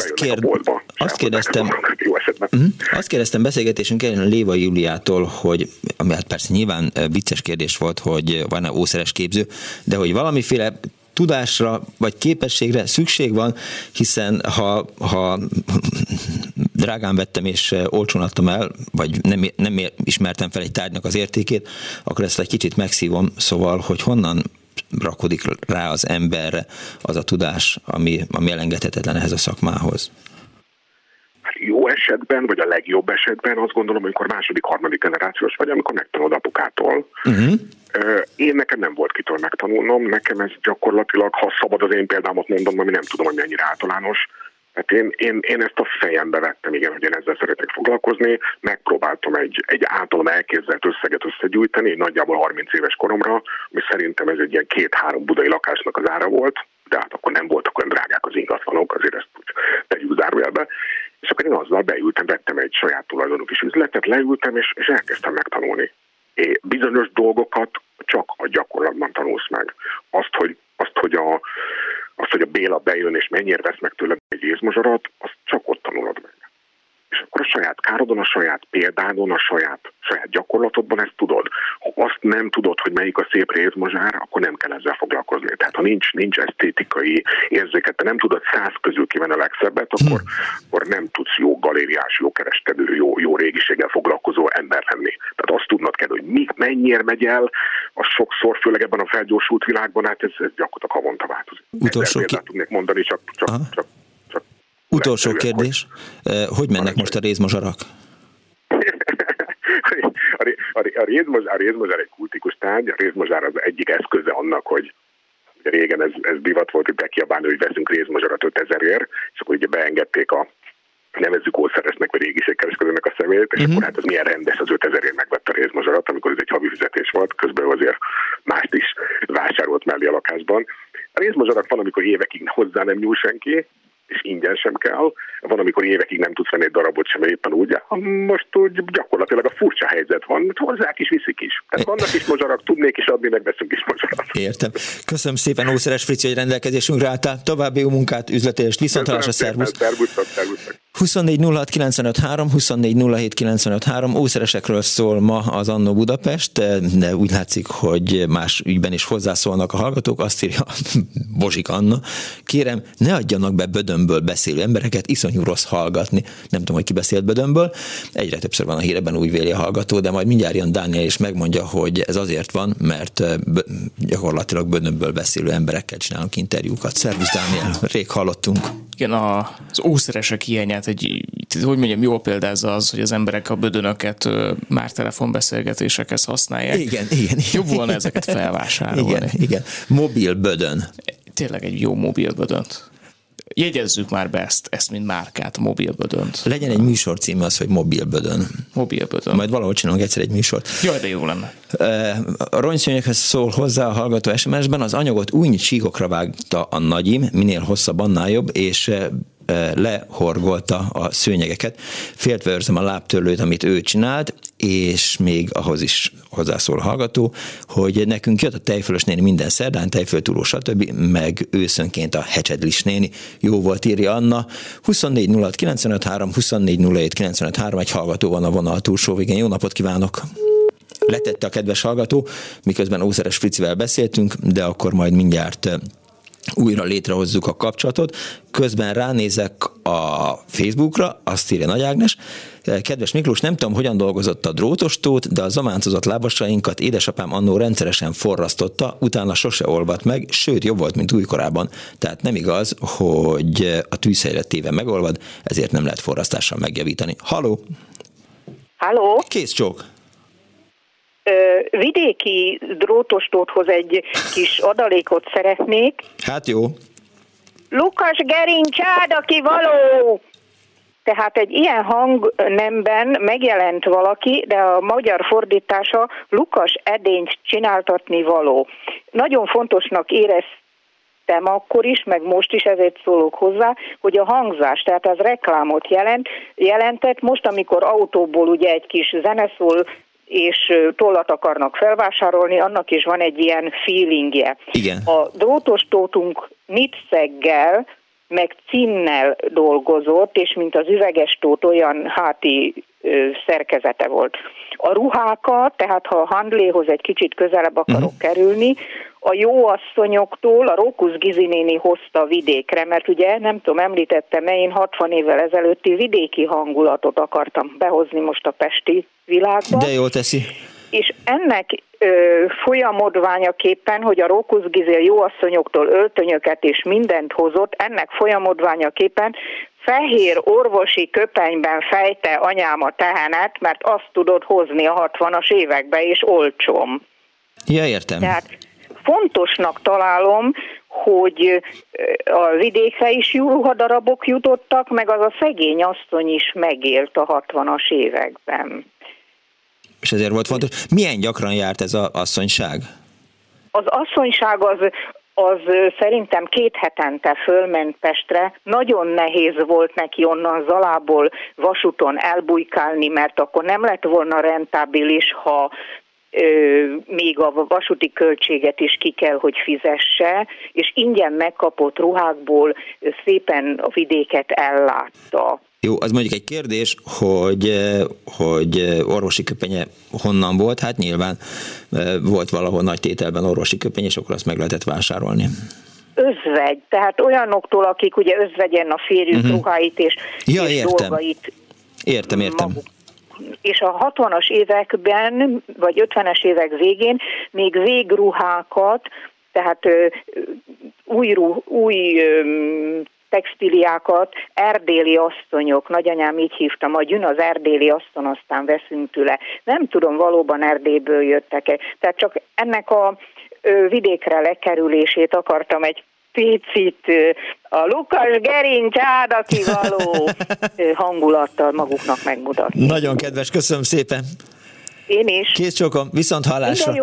Azt kérdeztem beszélgetésünk elején Léva Júliától, hogy, ami hát persze nyilván vicces kérdés volt, hogy van-e ószeres képző, de hogy valamiféle tudásra vagy képességre szükség van, hiszen ha drágán vettem és olcsón adtam el, vagy nem ismertem fel egy tárgynak az értékét, akkor ezt egy kicsit megszívom, szóval, hogy honnan rakodik rá az emberre az a tudás, ami elengedhetetlen ehhez a szakmához? Jó esetben, vagy a legjobb esetben azt gondolom, amikor 2., 3. generációs vagy, amikor megtanulod apukától. Én nekem nem volt kitől megtanulnom, nekem ez gyakorlatilag, ha szabad az én példámot mondom, ami nem tudom, hogy mennyire általános. Hát én ezt a fejembe vettem, igen, hogy én ezzel szeretek foglalkozni, megpróbáltam egy általam elképzelt összeget összegyűjteni, nagyjából 30 éves koromra, ami szerintem ez egy ilyen 2-3 budai lakásnak az ára volt, de hát akkor nem voltak olyan drágák az ingatlanok, azért ezt úgy tegyük zárójelbe. És akkor én azzal beültem, vettem egy saját tulajdonú kis üzletet, leültem, és elkezdtem megtanulni. Bizonyos dolgokat csak a gyakorlatban tanulsz meg. Azt, hogy a Béla bejön, és mennyire vesz meg tőle egy rézmozsarat, azt csak ott tanulod meg. És akkor a saját károdon, a saját példádon, a saját gyakorlatodban ezt tudod. Ha azt nem tudod, hogy melyik a szép rézmozsár, akkor nem kell ezzel foglalkozni. Tehát ha nincs esztétikai érzéket, te nem tudod 100 közül kivenni a legszebbet, akkor nem tudsz jó galériás, jó kereskedő, jó régiséggel foglalkozó ember lenni. Tehát azt tudnod kell, hogy mennyire megy el, az sokszor, főleg ebben a felgyorsult világban, hát ez gyakorlatilag havonta változik. Tudnék mondani, csak Utolsó kérdés. Hogy mennek most a rézmozsarak? A rézmozsár egy kultikus tárgy, a rézmozsár az egyik eszköze annak, hogy régen ez divat volt, hogy bekiabálni, hogy veszünk rézmozsarat 5000-ért, és akkor ugye beengedték a nevezzük ószeresnek vagy régiségkereskedőnek a személyét, és akkor hát az milyen rendes, az 5000-ért megvette a rézmozsarat, amikor ez egy havi fizetés volt, közben azért mást is vásárolt mellé a lakásban. A rézmozsarak van, amikor évekig hozzá nem nyúl senki, és ingyen sem kell. Van, amikor évekig nem tudsz venni egy darabot sem, éppen úgy. Most úgy gyakorlatilag a furcsa helyzet van, hozzák is, viszik is. Tehát vannak is mozsarak, tudnék is adni, meg veszünk is mozsarat. Értem. Köszönöm szépen, Ószeres Frici, hogy rendelkezésünkre álltál. További jó munkát, üzletélést, viszontlátásra, szervusz. 24 06 95 3, 24 07 95 3. Ószeresekről szól ma az Annó Budapest, de úgy látszik, hogy más ügyben is hozzászólnak a hallgatók. Azt írja Bozsik Anna, kérem, ne adjanak be Bödönből beszélő embereket, iszonyú rossz hallgatni. Nem tudom, hogy ki beszélt Bödönből. Egyre többször van a híreben, úgy véli a hallgató, de majd mindjárt jön Dániel és megmondja, hogy ez azért van, mert gyakorlatilag Bödönből beszélő emberekkel csinálunk interjúkat. Szervusz, Dániel, rég hallottunk. Igen, az ószeresek hiányát hogy mondjam, jól példázza az, hogy az emberek a Bödönöket már telefonbeszélgetésekhez használják. Igen. Jobb volna ezeket felvásárolni. Igen. Mobil Bödön. Tényleg egy jó mobil Bödönt. Jegyezzük már be ezt mint márkát, a Mobil Bödönt. Legyen egy műsor címe az, hogy Mobil Bödön. Mobil Bödön. Majd valahol csinálunk egyszer egy műsort. Jaj, de jó lenne. A rongyszőnyeghez szól hozzá a hallgató SMS-ben, az anyagot úgy síkokra vágta a nagyim, minél hosszabb, annál jobb, és lehorgolta a szőnyegeket. Féltve őrzem a lábtörlőt, amit ő csinált, és még ahhoz is hozzászól a hallgató, hogy nekünk jött a tejfölös néni minden szerdán, tejföltúró, stb., meg őszönként a hecsedlis néni. Jó volt, írja Anna. 24 06 95 3, 24 07 95 3, egy hallgató van a vonal túlsó végén. Jó napot kívánok! Letette a kedves hallgató, miközben Ószeres Fricivel beszéltünk, de akkor majd mindjárt újra létrehozzuk a kapcsolatot. Közben ránézek a Facebookra, azt írja Nagy Ágnes. Kedves Miklós, nem tudom, hogyan dolgozott a drótostót, de a zamáncozott lábasainkat édesapám annó rendszeresen forrasztotta, utána sose olvadt meg, sőt, jobb volt, mint újkorában. Tehát nem igaz, hogy a tűzhelyre téve megolvad, ezért nem lehet forrasztással megjavítani. Halló! Halló! Kész csók! Vidéki drótostóthoz egy kis adalékot szeretnék. Hát jó. Lukas gerincsád, aki való! Tehát egy ilyen hangnemben megjelent valaki, de a magyar fordítása Lukas edényt csináltatni való. Nagyon fontosnak éreztem akkor is, meg most is, ezért szólok hozzá, hogy a hangzás, tehát az reklámot jelentett. Most, amikor autóból ugye egy kis zene szól, és tollat akarnak felvásárolni, annak is van egy ilyen feelingje. Igen. A drótostótunk nitszeggel, meg cinnel dolgozott, és mint az üveges tót olyan háti szerkezete volt. A ruhákat, tehát ha a handléhoz egy kicsit közelebb akarok kerülni, a jó asszonyoktól a Rókusz Gizi néni hozta vidékre, mert ugye nem tudom, említettem-e, én 60 évvel ezelőtti vidéki hangulatot akartam behozni most a pesti világba. De jól teszi. És ennek folyamodványaképpen, hogy a Rókusz Gizi a jó asszonyoktól öltönyöket és mindent hozott, ennek folyamodványaképpen fehér orvosi köpenyben fejte anyám a tehenet, mert azt tudod hozni a 60-as évekbe, és olcsom. Ja, értem. Tehát fontosnak találom, hogy a vidékre is jó ruhadarabok jutottak, meg az a szegény asszony is megélt a 60-as években. És ezért volt fontos. Milyen gyakran járt ez az asszonyság? Az asszonyság az szerintem 2 hetente fölment Pestre. Nagyon nehéz volt neki onnan Zalából vasúton elbujkálni, mert akkor nem lett volna rentábilis, ha még a vasúti költséget is ki kell, hogy fizesse, és ingyen megkapott ruhákból szépen a vidéket ellátta. Jó, az mondjuk egy kérdés, hogy orvosi köpenye honnan volt, hát nyilván volt valahol nagy tételben orvosi köpenye, és akkor azt meg lehetett vásárolni. Özvegy, tehát olyanoktól, akik ugye özvegyen a férjük ruháit és dolgait. Értem. Maguk. És a 60-as években, vagy 50-es évek végén még végruhákat, tehát új textiliákat erdéli asszonyok, nagyanyám így hívta, majd jön az erdéli asszony, aztán veszünk tőle. Nem tudom, valóban Erdélyből jöttek-e. Tehát csak ennek a vidékre lekerülését akartam egy picit a Lukas Gerinc Áda kivaló hangulattal maguknak megmutatni. Nagyon kedves, köszönöm szépen. Én is. Kész csókom, viszont hallásra.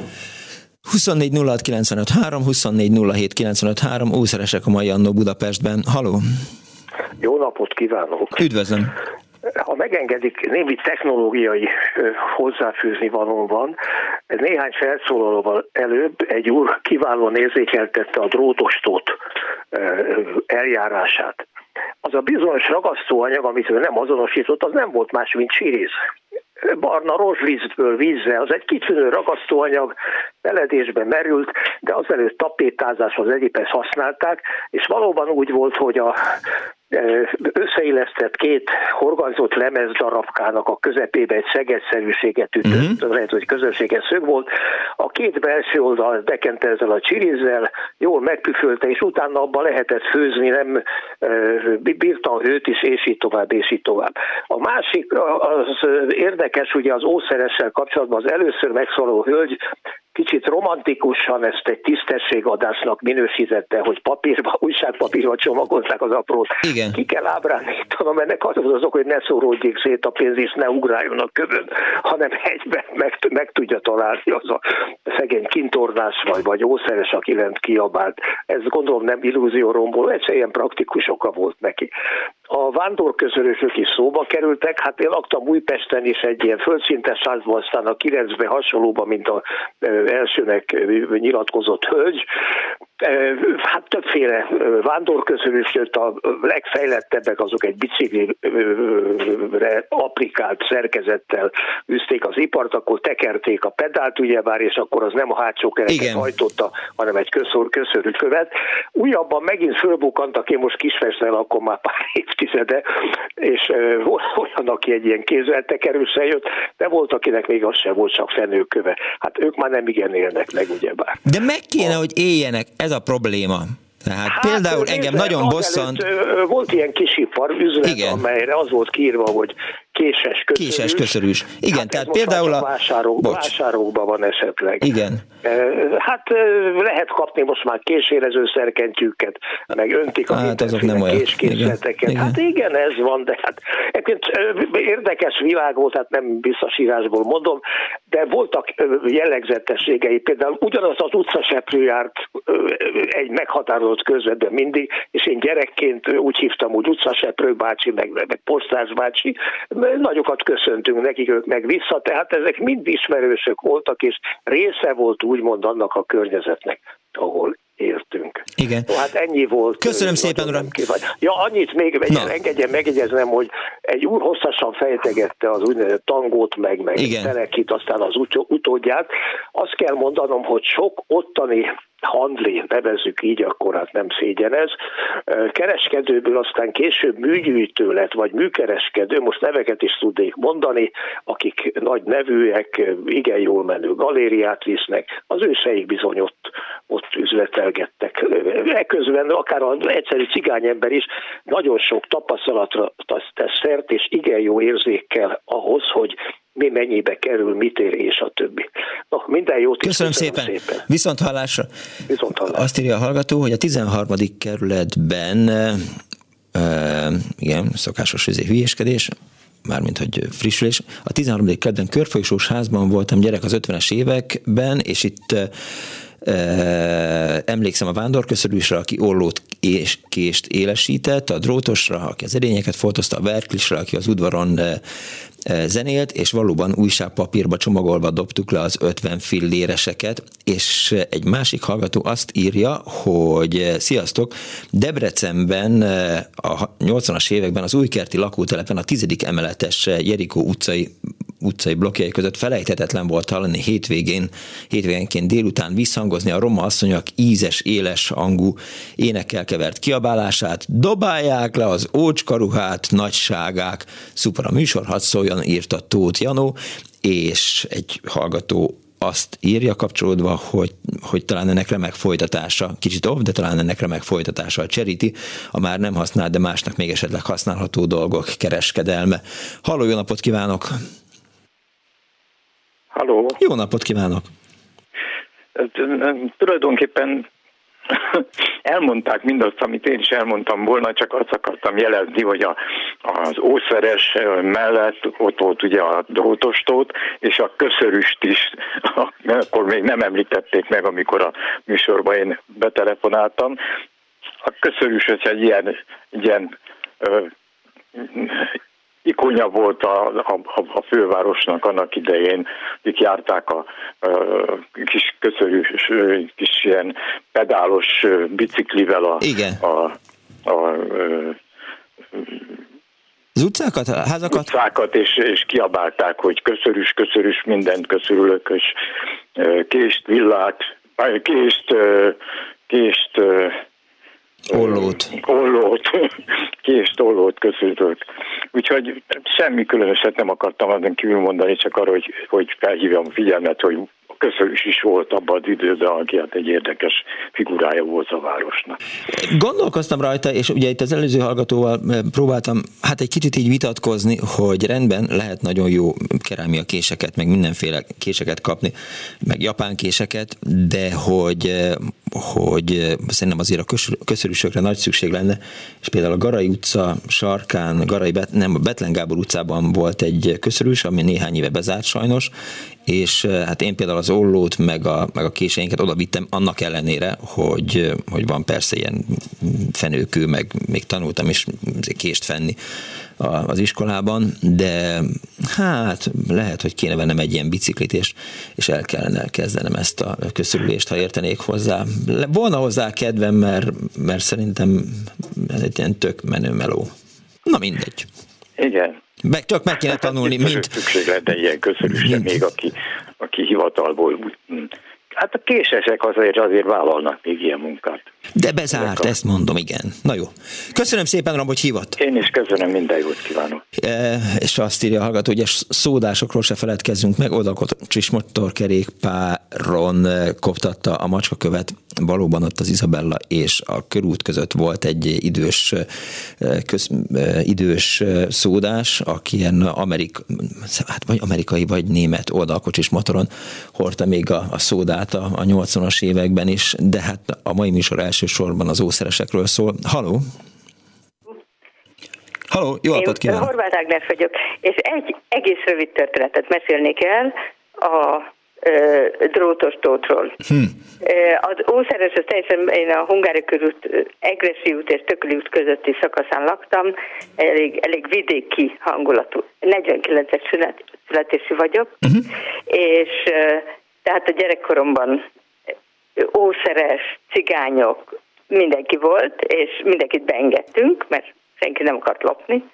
24 06 95 3, 24 07 95 3, ószeresek a mai Annó Budapestben. Haló! Jó napot kívánok! Üdvözlöm! Ha megengedik, némi technológiai hozzáfűzni való van. Néhány felszólalóval előbb egy úr kiválóan érzékeltette a drótostót eljárását. Az a bizonyos ragasztóanyag, amit ő nem azonosított, az nem volt más, mint csiriz. Barna rozslisztből vízzel, az egy kitűnő ragasztóanyag, meledésbe merült, de azelőtt tapétázáshoz egyébként használták, és valóban úgy volt, hogy a összeillesztett két horganzott lemezdarabkának a közepébe egy szegedszerűséget ütött, lehet, hogy közönséges szög volt. A két belső oldal bekente ezzel a csirizzel, jól megpüfölte, és utána abban lehetett főzni, nem bírta a hőt is, és így tovább, és így tovább. A másik, az érdekes, ugye az ószeressel kapcsolatban az először megszóló hölgy kicsit romantikusan ezt egy tisztességadásnak minősítette, hogy papírba, újságpapírba csomagolták az aprót. Igen. Ki kell ábrándítanom, ennek az az ok, hogy ne szóródjék szét a pénz, és ne ugráljon a kövön, hanem egyben meg tudja találni az a szegény kintornás vagy ószeres, aki lent kiabált. Ez gondolom nem illúzióromból, egyszerűen praktikus oka volt neki. A vándorközölősök is szóba kerültek, hát én laktam Újpesten is egy ilyen földszintes házban, aztán a 9-ben hasonlóban, mint a elsőnek nyilatkozott hölgy. Hát többféle vándorközölős jött, a legfejlettebbek azok egy biciklire applikált szerkezettel üzték az ipart, akkor tekerték a pedált ugyebár, és akkor az nem a hátsó kereket hajtotta, hanem egy köszörű követ. Újabban megint fölbukkantak, én most Kispesten lakom már pár évtizede, és volt olyan, aki egy ilyen kézzeltekerőssel jött, de volt, akinek még az sem volt, csak fenőköve. Hát ők már nem igen élnek meg, ugyebár. De meg kéne, hogy éljenek, ez a probléma. Tehát például engem nagyon bosszant... Volt ilyen kisipar üzlet, igen, amelyre az volt kiírva, hogy késes köszörűs. Késes köszörűs. Igen, hát tehát például a... Vásárokban van esetleg. Igen. Hát lehet kapni most már késérező szerkentyűket, meg öntik a késkészleteket. Hát igen, ez van, de hát érdekes világ volt, hát nem visszasírásból mondom, de voltak jellegzetességei. Például ugyanaz az utcaseprő járt egy meghatározott közvetben mindig, és én gyerekként úgy hívtam, hogy utcaseprő bácsi, meg postás bácsi, nagyokat köszöntünk nekik, ők meg vissza, tehát ezek mind ismerősök voltak, és része volt úgymond annak a környezetnek, ahol éltünk. Igen. Hát ennyi volt. Köszönöm szépen, uram. Ja, annyit még engedjen megjegyeznem, hogy egy úr hosszasan fejtegette az úgynevezett tangót, meg telekit, aztán az utódját. Azt kell mondanom, hogy sok ottani handlé, nevezzük így, akkor hát nem szégyen ez. Kereskedőből aztán később műgyűjtő lett, vagy műkereskedő, most neveket is tudnék mondani, akik nagy nevűek, igen jól menő galériát visznek, az őseik bizony ott üzletelgettek. Ekközben akár az egyszerű cigányember is nagyon sok tapasztalatra tesz szert, és igen jó érzékkel ahhoz, hogy mi mennyibe kerül, mit ér, és a többi. No, minden jót. Köszönöm szépen. Viszont hallásra. Azt írja a hallgató, hogy a 13. kerületben igen, szokásos hülyéskedés, mármint hogy frissülés. A 13. kerületben körfolyosós házban voltam gyerek az 50-es években, és itt emlékszem a vándorköszörűsre, aki ollót és kést élesített, a drótosra, aki az edényeket foltozta, a verklisre, aki az udvaron zenélt, és valóban újságpapírba csomagolva dobtuk le az 50 filléreseket, és egy másik hallgató azt írja, hogy sziasztok, Debrecenben a 80-as években az Újkerti lakótelepen a 10. emeletes Jerikó utcai blokkjai között felejthetetlen volt hallani hétvégenként délután visszhangozni a roma asszonyok ízes, éles hangú énekkel kevert kiabálását, dobálják le az ócskaruhát, nagyságák, szuper a műsor, hadd szóljon, írta Tóth Janó, és egy hallgató azt írja kapcsolódva, hogy talán ennek remek folytatása, kicsit off, de talán ennek remek folytatása a charity, a már nem használt, de másnak még esetleg használható dolgok kereskedelme. Halló, jó napot kívánok! Halló! Jó napot kívánok! Tulajdonképpen elmondták mindazt, amit én is elmondtam volna, csak azt akartam jelezni, hogy az Ószeres mellett ott volt ugye a Drótostót, és a Köszörüst is, akkor még nem említették meg, amikor a műsorban én betelefonáltam. A Köszörüs egy ilyen ikonja volt a fővárosnak annak idején, akik járták a kis köszörűs, kis ilyen pedálos biciklivel az utcákat, a házakat? Utcákat, és kiabálták, hogy köszörűs, mindent köszörülök, és kést, villát, kést, ollót, kést, ollót köszönök. Úgyhogy semmi különöset nem akartam azon kívül mondani, csak arra, hogy felhívjam figyelmet, hogy Köszörűs is volt abban az időben, aki hát egy érdekes figurája volt a városnak. Gondolkoztam rajta, és ugye itt az előző hallgatóval próbáltam hát egy kicsit így vitatkozni, hogy rendben lehet nagyon jó kerámia késeket, meg mindenféle késeket kapni, meg japán késeket, de hogy szerintem azért a köszörűsökre nagy szükség lenne, és például a Garai utca sarkán, a Bethlen Gábor utcában volt egy köszörűs, ami néhány éve bezárt sajnos, és hát én például az ollót, meg a késeinket oda vittem, annak ellenére, hogy van persze ilyen fenőkő, meg még tanultam is kést fenni az iskolában, de hát lehet, hogy kéne vennem egy ilyen biciklit, és el kellene kezdenem ezt a köszörülést, ha értenék hozzá. Volna hozzá kedvem, mert szerintem ez egy ilyen tök menő meló. Na mindegy. Igen. Csak meg kéne tanulni, mint... Szükség lenne ilyen köszörűsre még, aki hivatalból... Hát a késesek azért vállalnak még ilyen munkát. De bezárt, ezt mondom, igen. Na jó. Köszönöm szépen, Ram, hogy hívott. Én is köszönöm, minden jót kívánok. És azt írja a hallgató, hogy a szódásokról se feledkezzünk meg, Odakocsis motorkerékpáron koptatta a macskakövet. Valóban ott az Izabella és a körút között volt egy idős szódás, aki ilyen vagy amerikai, vagy német oldalkocsis motoron hordta még a szódát a 80-as években is, de hát a mai műsor elsősorban az ószeresekről szól. Halló! Halló, jó napot kívánok! Én Horváth Ágnes vagyok, és egy egész rövid történetet mesélnék el a Drótostótról. Az Ószeres, az teljesen, én a Hungária körút, Egressy út és Tököli út közötti szakaszán laktam, elég vidéki hangulatú. 49-es születésű vagyok, és tehát a gyerekkoromban ószeres, cigányok, mindenki volt, és mindenkit beengedtünk, mert senki nem akart lopni.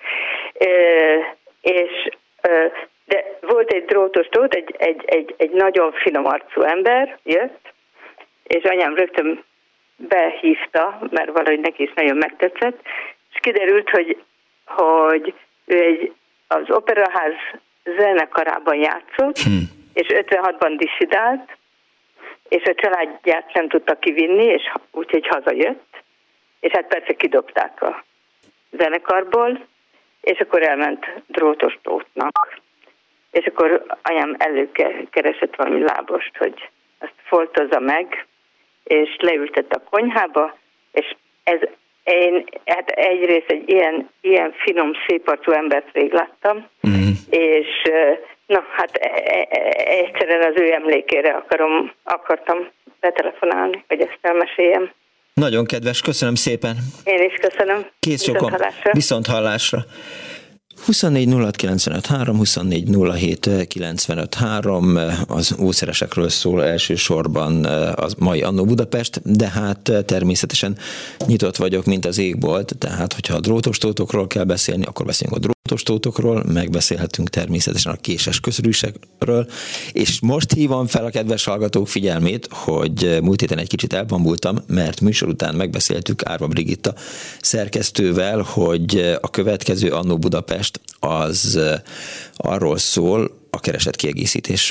De volt egy Drótostót, egy nagyon finom arcú ember jött, és anyám rögtön behívta, mert valahogy neki is nagyon megtetszett, és kiderült, hogy ő az Operaház zenekarában játszott, és 56-ban disidált, és a családját nem tudta kivinni, és úgyhogy hazajött, és hát persze kidobták a zenekarból, és akkor elment Drótostótnak. És akkor anyám előkeresett valami lábost, hogy azt foltozza meg, és leültett a konyhába, és hát egyrészt egy ilyen finom, szép arcú embert rég láttam, és na, hát egyszerűen az ő emlékére akartam betelefonálni, hogy ezt elmeséljem. Nagyon kedves, köszönöm szépen. Én is köszönöm. Kész sokom. Viszont hallásra. 24 06 95 3, 24 07 95 3, az ószeresekről szól elsősorban az mai Annó Budapest, de hát természetesen nyitott vagyok, mint az égbolt, tehát hogyha a drótostótokról kell beszélni, akkor beszélünk a drótostótokról, megbeszélhetünk természetesen a késes köszörűsekről, és most hívom fel a kedves hallgatók figyelmét, hogy múlt héten egy kicsit elbambultam, mert műsor után megbeszéltük Árva Brigitta szerkesztővel, hogy a következő Annó Budapest az arról szól, a keresett kiegészítésről.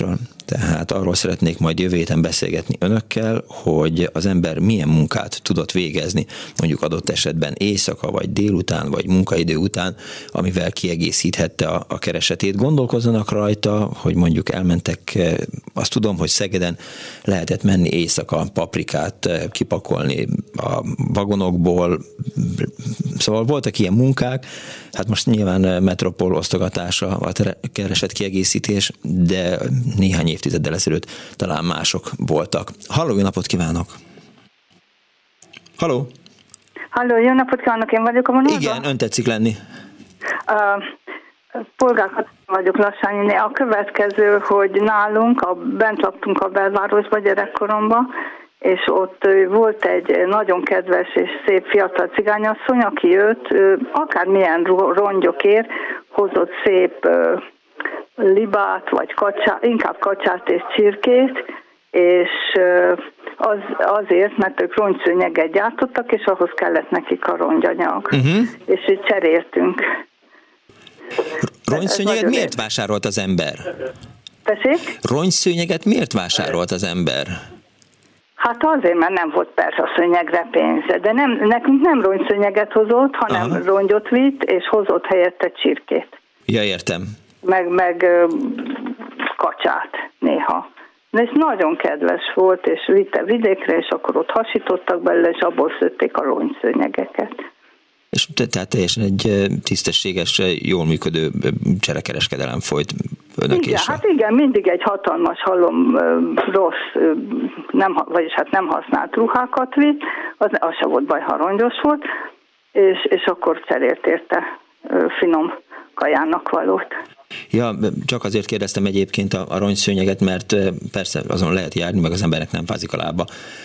Tehát arról szeretnék majd jövő héten beszélgetni önökkel, hogy az ember milyen munkát tudott végezni, mondjuk adott esetben éjszaka, vagy délután, vagy munkaidő után, amivel kiegészíthette a keresetét. Gondolkozzanak rajta, hogy mondjuk elmentek, azt tudom, hogy Szegeden lehetett menni éjszaka paprikát kipakolni a vagonokból, szóval voltak ilyen munkák, hát most nyilván metropol osztogatása a kereset kiegészítés, de néhány évtizeddel ezelőtt talán mások voltak. Halló, jó napot kívánok! Halló! Halló, jó napot kívánok, én vagyok a vonalban? Igen, ön tetszik lenni. Polgárkat vagyok Lassányinél. A következő, hogy nálunk, bent laktunk a belvárosba gyerekkoromban, és ott volt egy nagyon kedves és szép fiatal cigányasszony, aki jött, akármilyen rongyokért hozott szép libát, vagy kacsát, inkább kacsát és csirkét, és azért, mert ők rongyszőnyeget gyártottak, és ahhoz kellett nekik a rongyanyag. És így cseréltünk. Rongyszőnyeget miért vásárolt az ember? Tessék? Rongyszőnyeget miért vásárolt az ember? Hát azért, mert nem volt persze a szőnyegre pénze, de nekünk nem rongyszőnyeget hozott, hanem rongyot vitt, és hozott helyette csirkét. Ja, értem. Meg kacsát néha. És nagyon kedves volt, és vitte vidékre, és akkor ott hasítottak belőle, és abból szőtték a rongyszőnyegeket. És tehát teljesen egy tisztességes, jól működő cserekereskedelem folyt önök igen, hát igen, mindig egy hatalmas halom rossz, nem használt ruhákat vitt, az se volt baj, ha rongyos volt, és akkor cserélt érte finom kajának valót. Ja, csak azért kérdeztem egyébként a rongyszőnyeget, mert persze azon lehet járni, meg az embernek nem fázik a lába,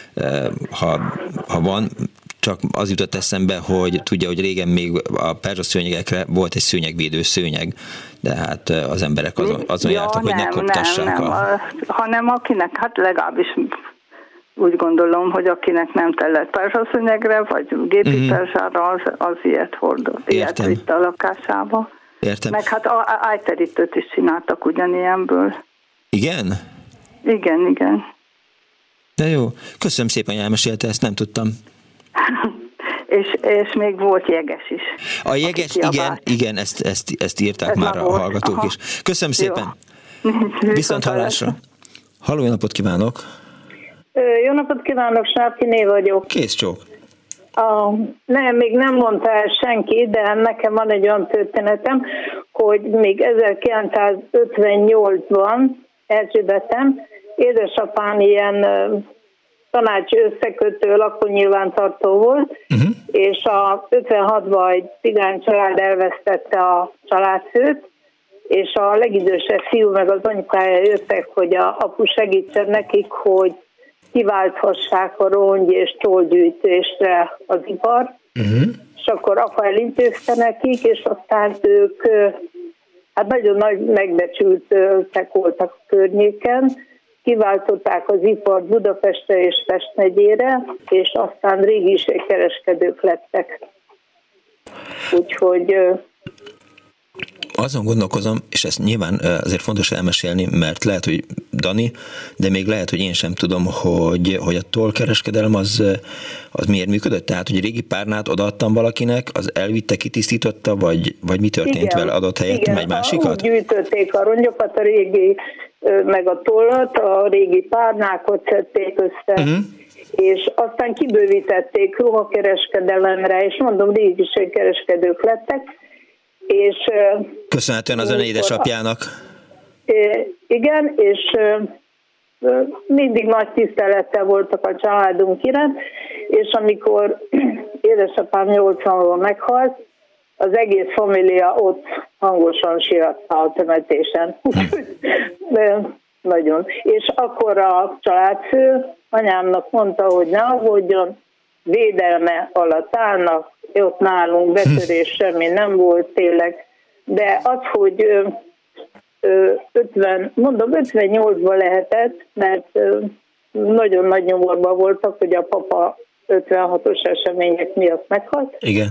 ha van. Csak az jutott eszembe, hogy tudja, hogy régen még a perzsaszőnyegekre volt egy szőnyegvédő szőnyeg, de hát az emberek azon jártak, hogy ne koptassák. Hanem akinek, hát legalábbis úgy gondolom, hogy akinek nem tellett perzsaszőnyegre, vagy gépi perzsára, az ilyet hordott, ilyet vitt a lakásába. Értem. Meg hát ájterítőt is csináltak ugyanilyenből. Igen? Igen. De jó, köszönöm szépen, hogy elmesélte, ezt nem tudtam. és még volt jeges is. A jeges, igen, ezt írták ez már a hallgatók is. Köszönöm szépen. Viszont hallásra. Halló, jó napot kívánok. Jó napot kívánok, Sárkiné vagyok. Kész csók. Nem, még nem mondta el senki, de nekem van egy olyan történetem, hogy még 1958-ban Erzsébetem édesapám ilyen tanács összekötő lakónyilvántartó volt, és a 56-ban egy cigány család elvesztette a családfőt, és a legidősebb fiú meg az anyukája jöttek, hogy a apu segítsen nekik, hogy kiválthassák a rongy és tollgyűjtésre az ipar, és akkor apa elintézte nekik, és aztán ők hát nagyon nagy megbecsültek voltak a környéken, kiváltották az ipart Budapestre és Pest megyére, és aztán régiségkereskedők lettek. Úgyhogy... Azon gondolkozom, és ezt nyilván azért fontos elmesélni, mert lehet, hogy Dani, de még lehet, hogy én sem tudom, hogy a tollkereskedelem az miért működött? Tehát, hogy régi párnát odaadtam valakinek, az elvitte, kitisztította, vagy mi történt vele, adott helyett egy másikat? Úgy gyűjtötték a rongyokat, a régi, meg a tollat, a régi párnákat szedték össze, és aztán kibővítették ruhakereskedelemre, és mondom, régiségkereskedők lettek, és köszönhetően az ön édesapjának. Igen, és mindig nagy tisztelettel voltak a családunk iránt, és amikor édesapám 80-ban meghalt, az egész família ott hangosan síratta a temetésen. Nagyon. És akkor a családfő anyámnak mondta, hogy ne aggódjon, védelme alatt állnak, ott nálunk betörés semmi nem volt tényleg, de az, hogy 58-ban lehetett, mert nagyon nagy nyomorban voltak, hogy a papa 56-os események miatt meghalt. Igen.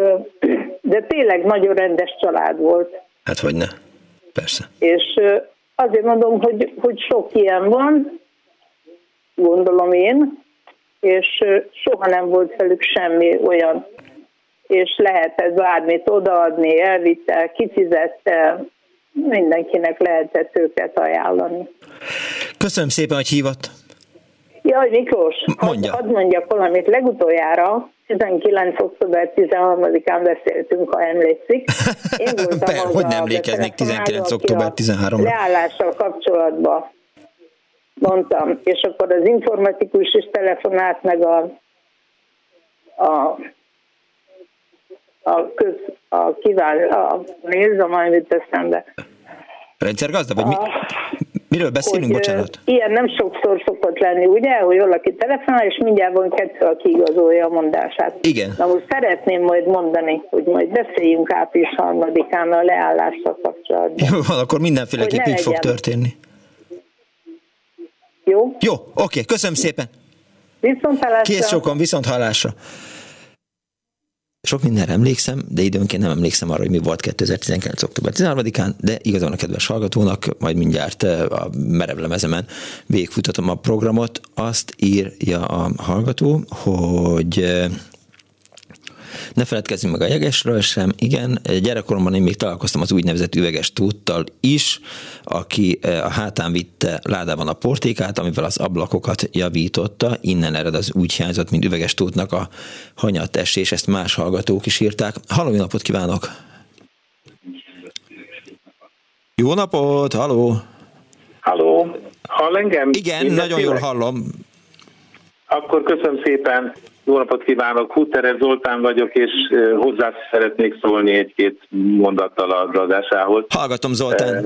De tényleg nagyon rendes család volt. Hát hogyne, persze. És azért mondom, hogy sok ilyen van, gondolom én, és soha nem volt velük semmi olyan, és lehetett bármit odaadni, elvitte, kifizette, mindenkinek lehetett őket ajánlani. Köszönöm szépen, hogy hívott. Jaj, Miklós, hadd mondjak valamit. Legutoljára 19. október 13-án beszéltünk, ha emlékszik. Én voltam hogy nem emlékeznék 19. október 13-ra. Leállással kapcsolatban mondtam, és akkor az informatikus is telefonált, meg nézzem, majd jut eszembe. Rendszergazda, vagy miről beszélünk, bocsánat? Ilyen nem sokszor szokott lenni, ugye, hogy valaki telefonál, és mindjárt van kettő, aki igazolja a mondását. Igen. Na most szeretném majd mondani, hogy majd beszéljünk április 3-án a leállással kapcsolatban. Jó, akkor mindenféleképp így fog történni. Jó? Jó, oké, köszönöm szépen. Viszonthallásra. Kész sokan, viszonthallásra. Sok mindenre emlékszem, de időnként nem emlékszem arra, hogy mi volt 2019. október 13-án, de igazán a kedves hallgatónak, majd mindjárt a merevlemezemen végigfutatom a programot. Azt írja a hallgató, hogy ne feledkezzünk meg a jegesről sem. Igen, gyerekkoromban én még találkoztam az úgynevezett üveges tóttal is, aki a hátán vitte ládában a portékát, amivel az ablakokat javította. Innen ered az úgy hiányzott, mint üveges tótnak a hanyattesés, ezt más hallgatók is írták. Halló, jó napot kívánok! Jó napot, halló! Halló, hall engem? Igen, nagyon jól hallom. Akkor köszönöm szépen, jó napot kívánok, Hutterer Zoltán vagyok, és hozzá szeretnék szólni egy-két mondattal az adásához. Hallgatom, Zoltán.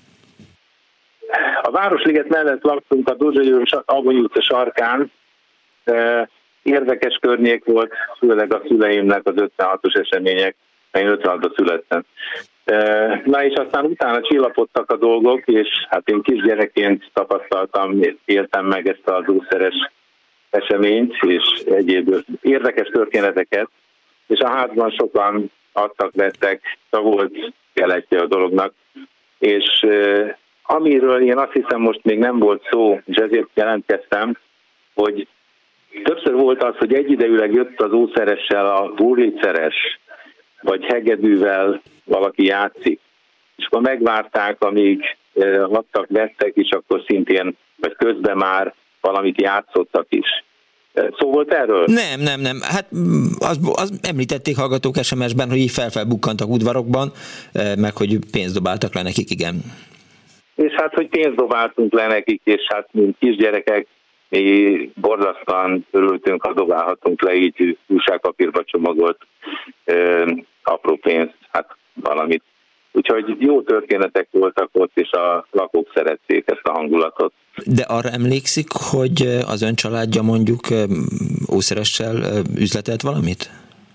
A Városliget mellett laktunk a Dózsa-Abonyi utca sarkán. Érdekes környék volt, főleg a szüleimnek az 56-os események, én 56-ban születtem. Na és aztán utána csillapodtak a dolgok, és hát én kisgyerekként tapasztaltam, éltem meg ezt az ószeres eseményt, és egyéb érdekes történeteket, és a házban sokan adtak-vettek, volt keletje a dolognak, és amiről én azt hiszem most még nem volt szó, és ezért jelentkeztem, hogy többször volt az, hogy egyidejűleg jött az ószeressel a burliceres, vagy hegedűvel valaki játszik, és akkor megvárták, amíg adtak-vettek, és akkor szintén, vagy közben már valamit játszottak is. Szó volt erről? Nem. Hát az említették hallgatók SMS-ben, hogy így felbukkantak udvarokban, meg hogy pénzt dobáltak le nekik, igen. És hát, hogy pénzt dobáltunk le nekik, és hát mint kisgyerekek, mi borzasztóan örültünk, ha dobálhatunk le így újságpapírba csomagolt apró pénzt, hát valamit. Úgyhogy jó történetek voltak ott, és a lakók szerették ezt a hangulatot. De arra emlékszik, hogy az ön családja mondjuk ószeressel üzletelt valamit?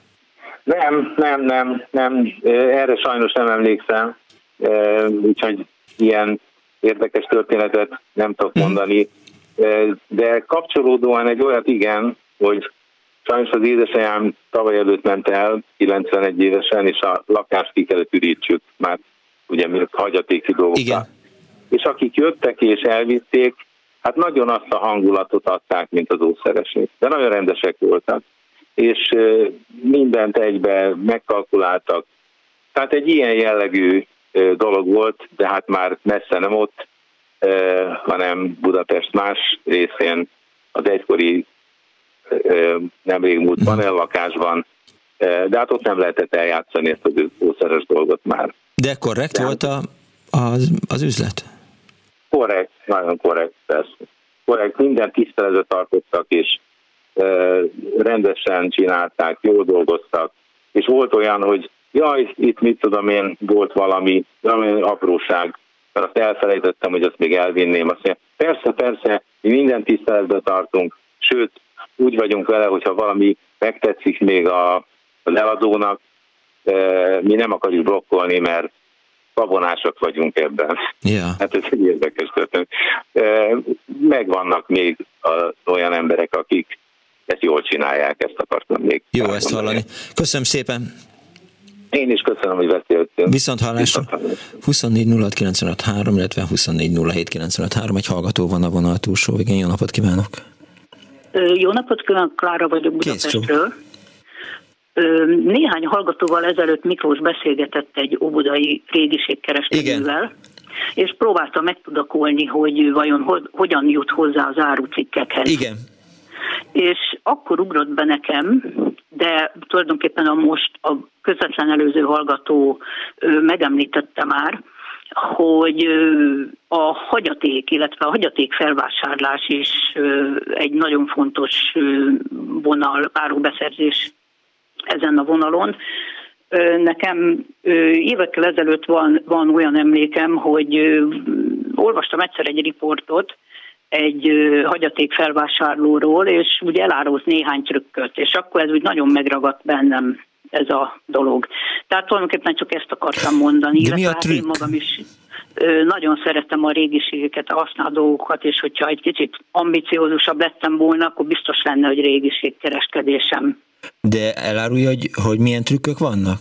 Nem. Erre sajnos nem emlékszem. Úgyhogy ilyen érdekes történetet nem tudok mondani. De kapcsolódóan egy olyat igen, hogy sajnos az édesanyám tavaly előtt ment el, 91 évesen, és a lakást ki kellett ürítsük, már ugye hagyatéki dolgokra. És akik jöttek és elvitték, hát nagyon azt a hangulatot adták, mint az ószeresek. De nagyon rendesek voltak, és mindent egybe megkalkuláltak. Tehát egy ilyen jellegű dolog volt, de hát már messze nem ott, hanem Budapest más részén, az egykori nemrég múlt panellakásban, de hát ott nem lehetett eljátszani ezt az ószeres dolgot már. De korrekt volt az üzlet? Korrekt, nagyon korrekt, persze. Korrekt, minden tiszteletbe tartottak, és rendesen csinálták, jól dolgoztak, és volt olyan, hogy jaj, itt mit tudom én, volt valami apróság, mert azt elfelejtettem, hogy azt még elvinném. Azt mondja, persze, mi minden tiszteletbe tartunk, sőt, úgy vagyunk vele, hogyha valami megtetszik még az eladónak, mi nem akarjuk blokkolni, mert babonások vagyunk ebben. Yeah. Hát ez egy érdekes történet. Megvannak még olyan emberek, akik ezt jól csinálják, ezt akartam még. Jó ezt hallani. Köszönöm szépen. Én is köszönöm, hogy beszéltünk. Viszont hallásra 24 06 95 3, illetve 24 07 95 3, egy hallgató van a vonal túlsó végén. Jó napot kívánok! Jó napot kívánok, Klára vagyok Budapestről. Néhány hallgatóval ezelőtt Miklós beszélgetett egy óbudai régiségkereskedővel, és próbálta megtudakolni, hogy vajon hogyan jut hozzá az árucikkekhez. Igen. És akkor ugrott be nekem, de tulajdonképpen a közvetlen előző hallgató megemlítette már, hogy a hagyaték, illetve a hagyaték felvásárlás is egy nagyon fontos vonal, árubeszerzés ezen a vonalon. Nekem évekkel ezelőtt van olyan emlékem, hogy olvastam egyszer egy riportot egy hagyaték felvásárlóról, és úgy elároz néhány trükköt, és akkor ez úgy nagyon megragadt bennem ez a dolog. Tehát tulajdonképpen csak ezt akartam mondani. De mi a trükk? Én magam is nagyon szeretem a régiségeket, a használt dolgokat, és hogyha egy kicsit ambiciózusabb lettem volna, akkor biztos lenne, hogy régiségkereskedésem. De elárulja, hogy milyen trükkök vannak?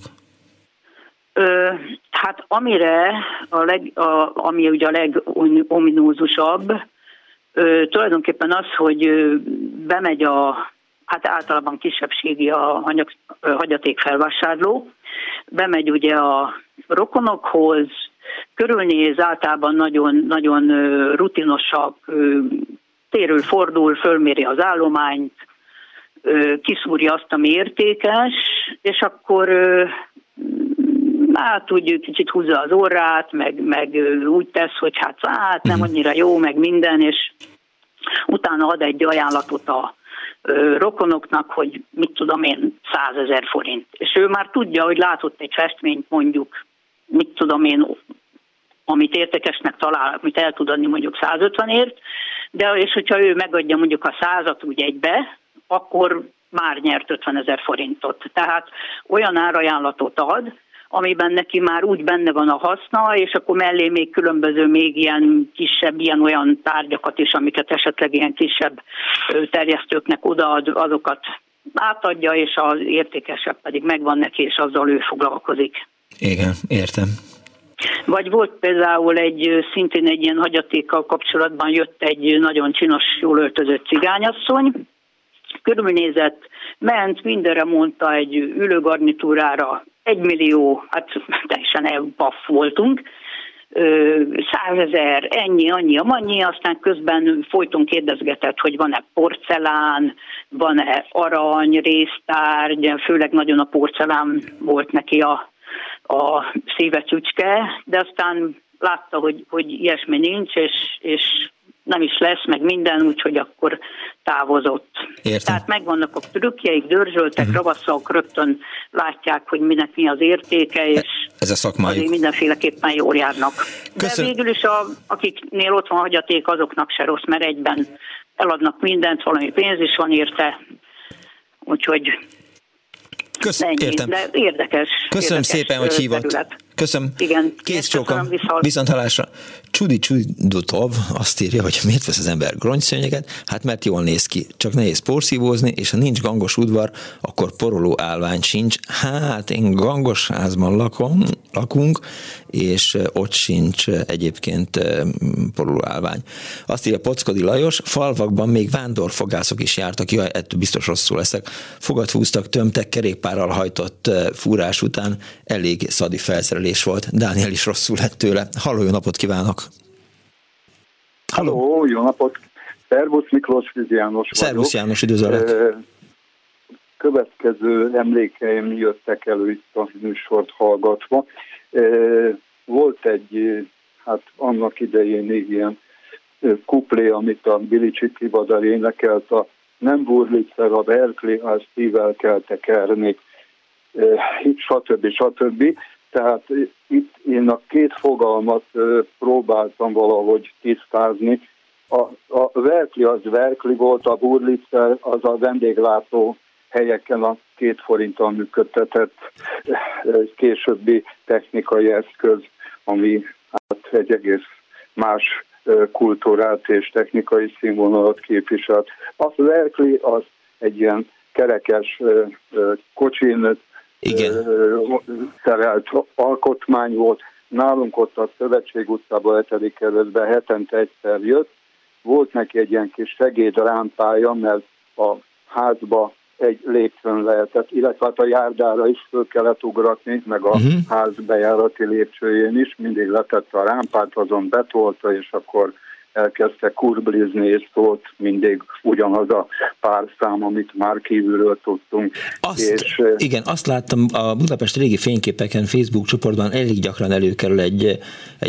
Hát amire ami ugye a legominózusabb, tulajdonképpen az, hogy bemegy hát általában kisebbségi a hagyaték felvásárló, bemegy ugye a rokonokhoz, körülnéz, általában nagyon, nagyon rutinosak, térül fordul, fölméri az állományt, kiszúrja azt, ami értékes, és akkor hát úgy kicsit húzza az orrát, meg úgy tesz, hogy hát nem annyira jó, meg minden, és utána ad egy ajánlatot a rokonoknak, hogy mit tudom én, 100 000 forint. És ő már tudja, hogy látott egy festményt, mondjuk, mit tudom én, amit értékesnek talál, amit el tud adni mondjuk 150-ért, de és hogyha ő megadja mondjuk a 100-at úgy egybe, akkor már nyert 50 000 forintot. Tehát olyan árajánlatot ad, amiben neki már úgy benne van a haszna, és akkor mellé még különböző, még ilyen kisebb, ilyen olyan tárgyakat is, amiket esetleg ilyen kisebb terjesztőknek odaad, azokat átadja, és az értékesebb pedig megvan neki, és azzal ő foglalkozik. Igen, értem. Vagy volt például szintén egy ilyen hagyatékkal kapcsolatban jött egy nagyon csinos, jól öltözött cigányasszony, körülnézett, ment, mindenre mondta, egy ülőgarnitúrára 1 millió, hát teljesen elbaff voltunk, 100 000, ennyi, annyi, aztán közben folyton kérdezgetett, hogy van-e porcelán, van-e arany, résztárgy, főleg nagyon a porcelán volt neki a szíve csücske, de aztán látta, hogy ilyesmi nincs, és nem is lesz, meg minden, úgyhogy akkor távozott. Értem. Tehát megvannak a trükkjeik, dörzsöltek, ravaszok, rögtön látják, hogy minek mi az értéke, és ez a szakmájuk. azért mindenféleképpen jól járnak. Köszönöm. De végül is akiknél ott van hagyaték, azoknak se rossz, mert egyben eladnak mindent, valami pénz is van érte, úgyhogy értem. De érdekes. Köszönöm szépen, hogy hívott. Terület. Köszönöm. Igen. Kész csókom. Viszont hallásra. Csudi Csudutov azt írja, hogy miért vesz az ember grongyszőnyeget? Hát mert jól néz ki, csak nehéz porszívózni, és ha nincs gangos udvar, akkor poroló állvány sincs. Hát én gangos házban lakunk, és ott sincs egyébként poroló állvány. Azt írja Pockodi Lajos, falvakban még vándorfogászok is jártak, jaj, ettől biztos rosszul leszek. Fogat húztak, tömtek, kerékpárral hajtott fúrás után, elég szadi felszerelés volt. Dániel is rosszul lett tőle. Halló, jó napot kívánok! Halló, jó napot! Szervusz, Miklós János vagyok. Szervusz János, üdvözöllek! Következő emlékeim jöttek elő itt a műsort hallgatva. Volt egy, hát annak idején ilyen kuplé, amit a Billy Csiklivadar énekelt, a nem burlitszer, a Berkeley, a szívvel kell tekerni, stb. Tehát itt én a két fogalmat próbáltam valahogy tisztázni. A Verkli az Verkli volt, a Burlitzer az a vendéglátó helyeken a 2 forinttal működtetett későbbi technikai eszköz, ami hát egy egész más kultúrát és technikai színvonalat képviselt. A Verkli az egy ilyen kerekes kocsin szerelt alkotmány volt. Nálunk ott a Szövetség utcában 7. kerületben hetente egyszer jött. Volt neki egy ilyen kis segédrámpája, mert a házba egy lépcsőn lehetett, illetve hát a járdára is föl kellett ugratni, meg a ház bejárati lépcsőjén is, mindig letette a rámpát, azon betolta, és akkor elkezdte kurblizni, és szólt mindig ugyanaz a pár szám, amit már kívülről tudtunk. Igen, azt láttam a Budapest régi fényképeken Facebook csoportban elég gyakran előkerül egy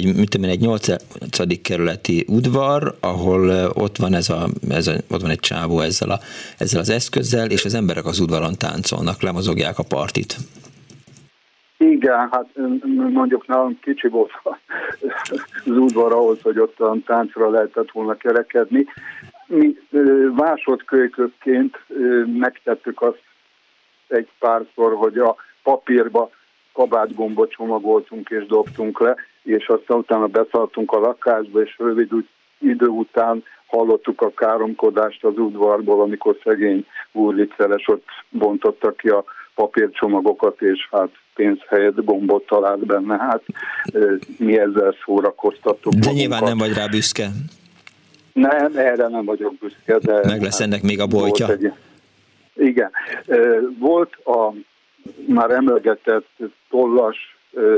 8. kerületi udvar, ahol ott van ott van egy csávó ezzel az eszközzel, és az emberek az udvaron táncolnak, lemozogják a partit. Igen, hát mondjuk nálam kicsi volt az udvar ahhoz, hogy ott a táncra lehetett volna kerekedni. Mi másodkölykökként megtettük azt egy párszor, hogy a papírba kabátgombot csomagoltunk és dobtunk le, és aztán utána beszaltunk a lakásba, és rövid idő után hallottuk a káromkodást az udvarból, amikor szegény úrlicceles ott bontotta ki a papírcsomagokat, és hát pénz helyett gombot talált benne. Hát mi ezzel szórakoztattuk. De nyilván nem vagy rá büszke. Nem, erre nem vagyok büszke. De meg lesz ennek még a boltja. Igen. Volt a már emlegetett tollas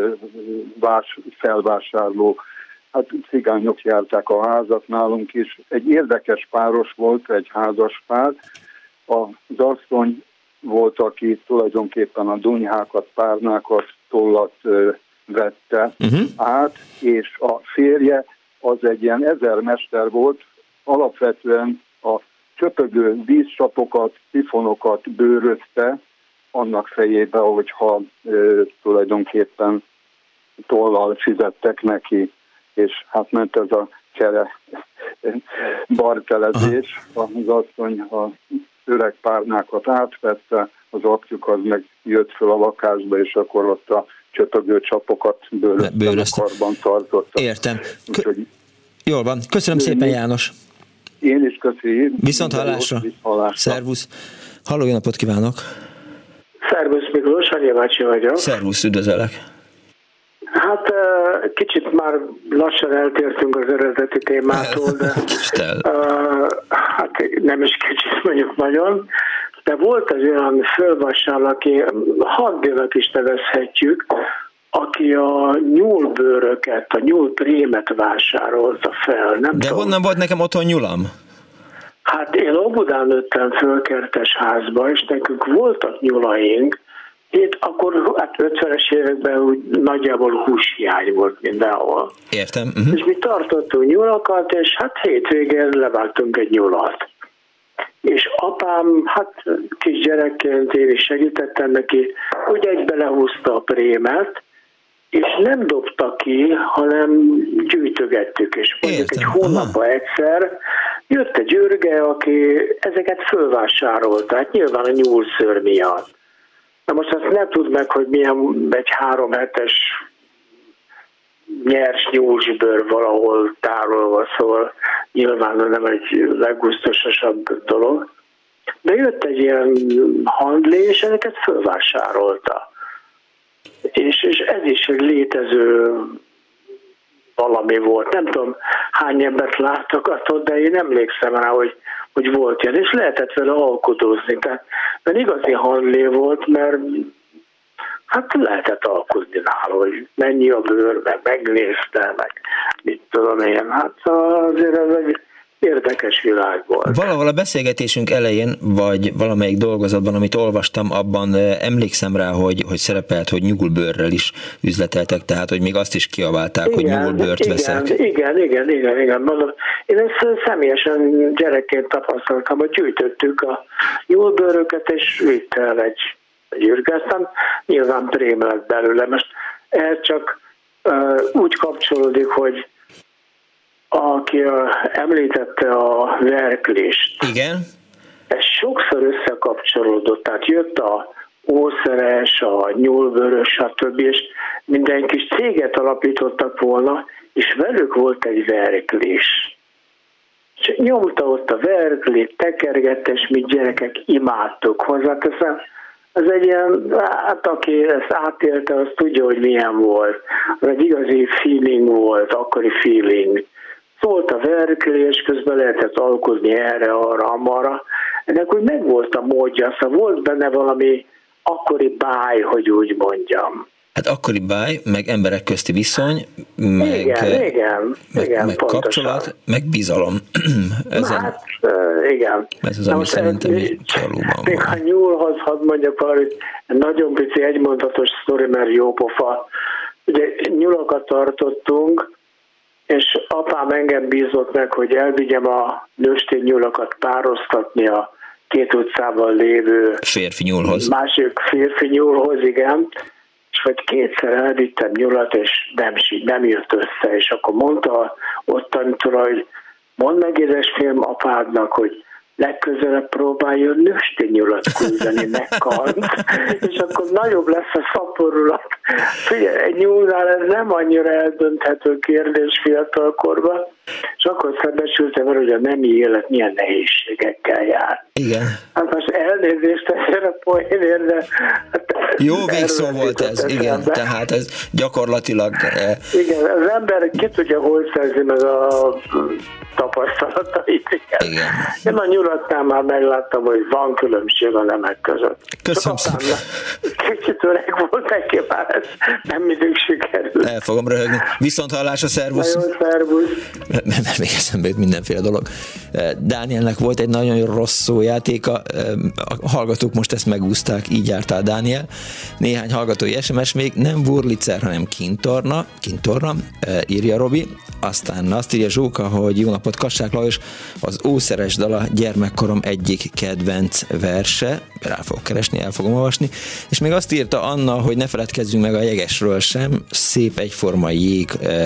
felvásárló, hát cigányok járták a házat nálunk is. Egy érdekes páros volt, egy házas pár. Az asszony volt, aki tulajdonképpen a dunyhákat, párnákat, tollat vette át, és a férje az egy ilyen ezermester volt, alapvetően a csöpögő vízcsapokat, szifonokat bőrözte annak fejébe, hogyha tulajdonképpen tollal fizettek neki, és hát ment ez a csere bartelezés, az asszony a öreg párnákat átvette, az apjuk az meg jött föl a lakásba, és akkor ott a csöpögő csapokat bőrözte, karban tartotta. Értem. Jól van. Köszönöm szépen, János. Én is köszönöm. Viszont hallásra. Szervusz. Halló, jó napot kívánok. Szervusz, Miklós, Annyi bácsi vagyok. Szervusz, üdvözöllek. Hát kicsit már lassan eltértünk az eredeti témától, de hát nem is kicsit mondjuk nagyon, de volt egy olyan fölvásárló, aki Handénak is nevezhetjük, aki a nyúlbőröket, a nyúlprémet vásárolta fel. Nem de tudom. honnan volt nekem otthon nyulam? Hát én Óbudán nőttem föl kertes házba, és nekünk voltak nyulaink. Itt akkor hát 50-es években úgy nagyjából húshiány volt mindenhol. Értem. És mi tartottunk nyulakat, és hát hétvégén levágtunk egy nyulat. És apám, hát kisgyerekként én is segítettem neki, úgy egybe lehúzta a prémet, és nem dobta ki, hanem gyűjtögettük, és mondjuk egy hónapban egyszer jött egy ürge, aki ezeket fölvásárolta, hát nyilván a nyúlszőr miatt. Na most azt nem tud meg, hogy milyen egy 3 hetes nyers nyúlsbőr valahol tárolva, szóval nyilván nem egy leggusztusosabb dolog. De jött egy ilyen handlé, és ezeket fölvásárolta. És ez is egy létező valami volt. Nem tudom, hány embert látogatott, de én emlékszem rá, hogy volt ilyen, és lehetett vele alkudozni. Tehát, mert igazi handlé volt, mert hát lehetett alkudni nála, hogy mennyi a bőr, meg megnézte, meg mit tudom én. Hát azért ez egy érdekes világ volt. Valahol a beszélgetésünk elején, vagy valamelyik dolgozatban, amit olvastam, abban emlékszem rá, hogy szerepelt, hogy nyúlbőrrel is üzleteltek, tehát, hogy még azt is kiabálták, hogy nyúlbőrt veszek. Igen. Én ezt személyesen gyerekként tapasztaltam, hogy gyűjtöttük a nyúlbőröket, és vitt el egy ürge, aztán nyilván prém lett belőle. Most ez csak úgy kapcsolódik, hogy aki említette a verklést. Igen. Ez sokszor összekapcsolódott, tehát jött a ószeres, a nyúlbőrös, stb. És minden kis céget alapítottak volna, és velük volt egy verklés. És nyomta ott a verklét, tekergette, és mi gyerekek imádtuk. Hozzáteszem, Ez egy ilyen, hát aki ezt átélte, az tudja, hogy milyen volt. Az egy igazi feeling volt, akkori feeling. Szólt a verklés, közben lehetett alkotni erre, arra, amarra. Ennek úgy megvolt a módja, szóval volt benne valami akkori báj, hogy úgy mondjam. Hát akkori báj, meg emberek közti viszony, meg, igen, kapcsolat, meg bizalom. Hát, igen. Ez az, ami szerintem valóban még a nyúlhoz hadd mondjak valamit, nagyon pici egymondatos sztori, mert jó pofa. Ugye nyulakat tartottunk, és apám engem bízott meg, hogy elvigyem a nőstény nyulakat pároztatni a 2 utcában lévő férfi nyúlhoz. Másik férfi nyúlhoz, igen. És vagy 2-szer elvittem nyulat, és nem jött össze. És akkor mondta ottanitól, hogy mondd meg édesfiam apádnak, hogy legközelebb próbáljon nőstény nyulat küldeni, megkalt. És akkor nagyobb lesz a szaporulat. Figyelj, egy nyúlnál ez nem annyira eldönthető kérdés fiatalkorban. És akkor szembesültem el, hogy a nemi élet milyen nehézségekkel jár. Igen. Hát most elnézést ezért a poénért, de... Hát jó végszó volt ez, igen, tehát ez gyakorlatilag... Igen, az ember ki tudja, hol szerzi meg a tapasztalatait. Igen. Én a nyulatnál már megláttam, hogy van különbség a nemek között. Köszönöm szépen. Kicsit öreg volt neki, már ez nem mindig sikerül. El fogom röhögni. Viszont hallásra, szervusz. Nagyon szervusz. Mert még eszembe jut mindenféle dolog. Dánielnek volt egy nagyon rossz szójátéka, a hallgatók most ezt megúszták, így jártál, Dániel. Néhány hallgatói SMS még, nem Wurlitzer, hanem kintorna, írja Robi. Aztán azt írja Zsóka, hogy jó napot, Kassák Lajos, az Ószeres dala gyermekkorom egyik kedvenc verse, rá fogok keresni, el fogom olvasni, és még azt írta Anna, hogy ne feledkezzünk meg a jegesről sem, szép egyforma jég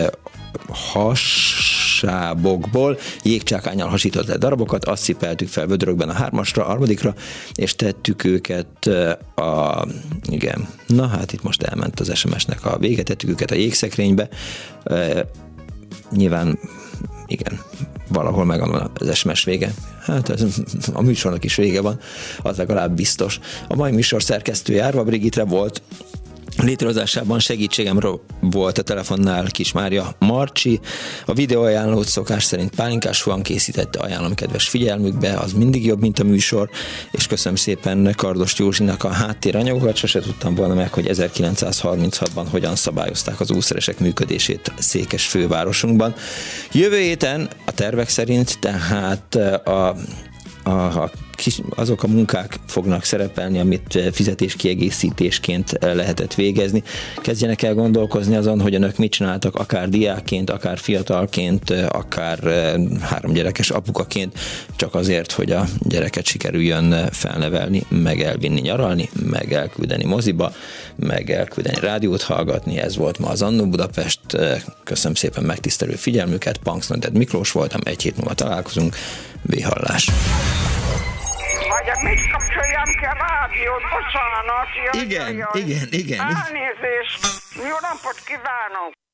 hasábokból jégcsákánnyal hasított le darabokat, azt cipeltük fel vödrökben a 3-asra, a 3-dikra, és tettük őket igen, na hát itt most elment az SMS-nek a vége, tettük őket a jégszekrénybe, nyilván igen, valahol megvan az SMS vége. Hát ez, a műsornak is vége van, az legalább biztos. A mai műsor szerkesztője Árva Brigitte volt, létrehozásában segítségemre volt a telefonnál Kis Mária Marcsi. A videóajánlót szokás szerint Pálinkás Huan készítette, ajánlom kedves figyelmükbe, az mindig jobb, mint a műsor, és köszönöm szépen Kardos Józsinak a háttéranyagokat, sose tudtam volna meg, hogy 1936-ban hogyan szabályozták az ószeresek működését Székes fővárosunkban. Jövő héten a tervek szerint tehát azok a munkák fognak szerepelni, amit fizetéskiegészítésként lehetett végezni. Kezdjenek el gondolkozni azon, hogy önök mit csináltak, akár diákként, akár fiatalként, akár 3 gyerekes apukaként, csak azért, hogy a gyereket sikerüljön felnevelni, meg elvinni nyaralni, meg elküldeni moziba, meg elküldeni rádiót hallgatni. Ez volt ma az Annó Budapest. Köszönöm szépen megtisztelő figyelmüket. Punks Not Dead Miklós voltam, 1 hét múlva találkozunk. Véhallás. Vagy mit kapcsoljam ki a rádiót? Bocsánat. Igen. Elnézést. Jó napot kívánok.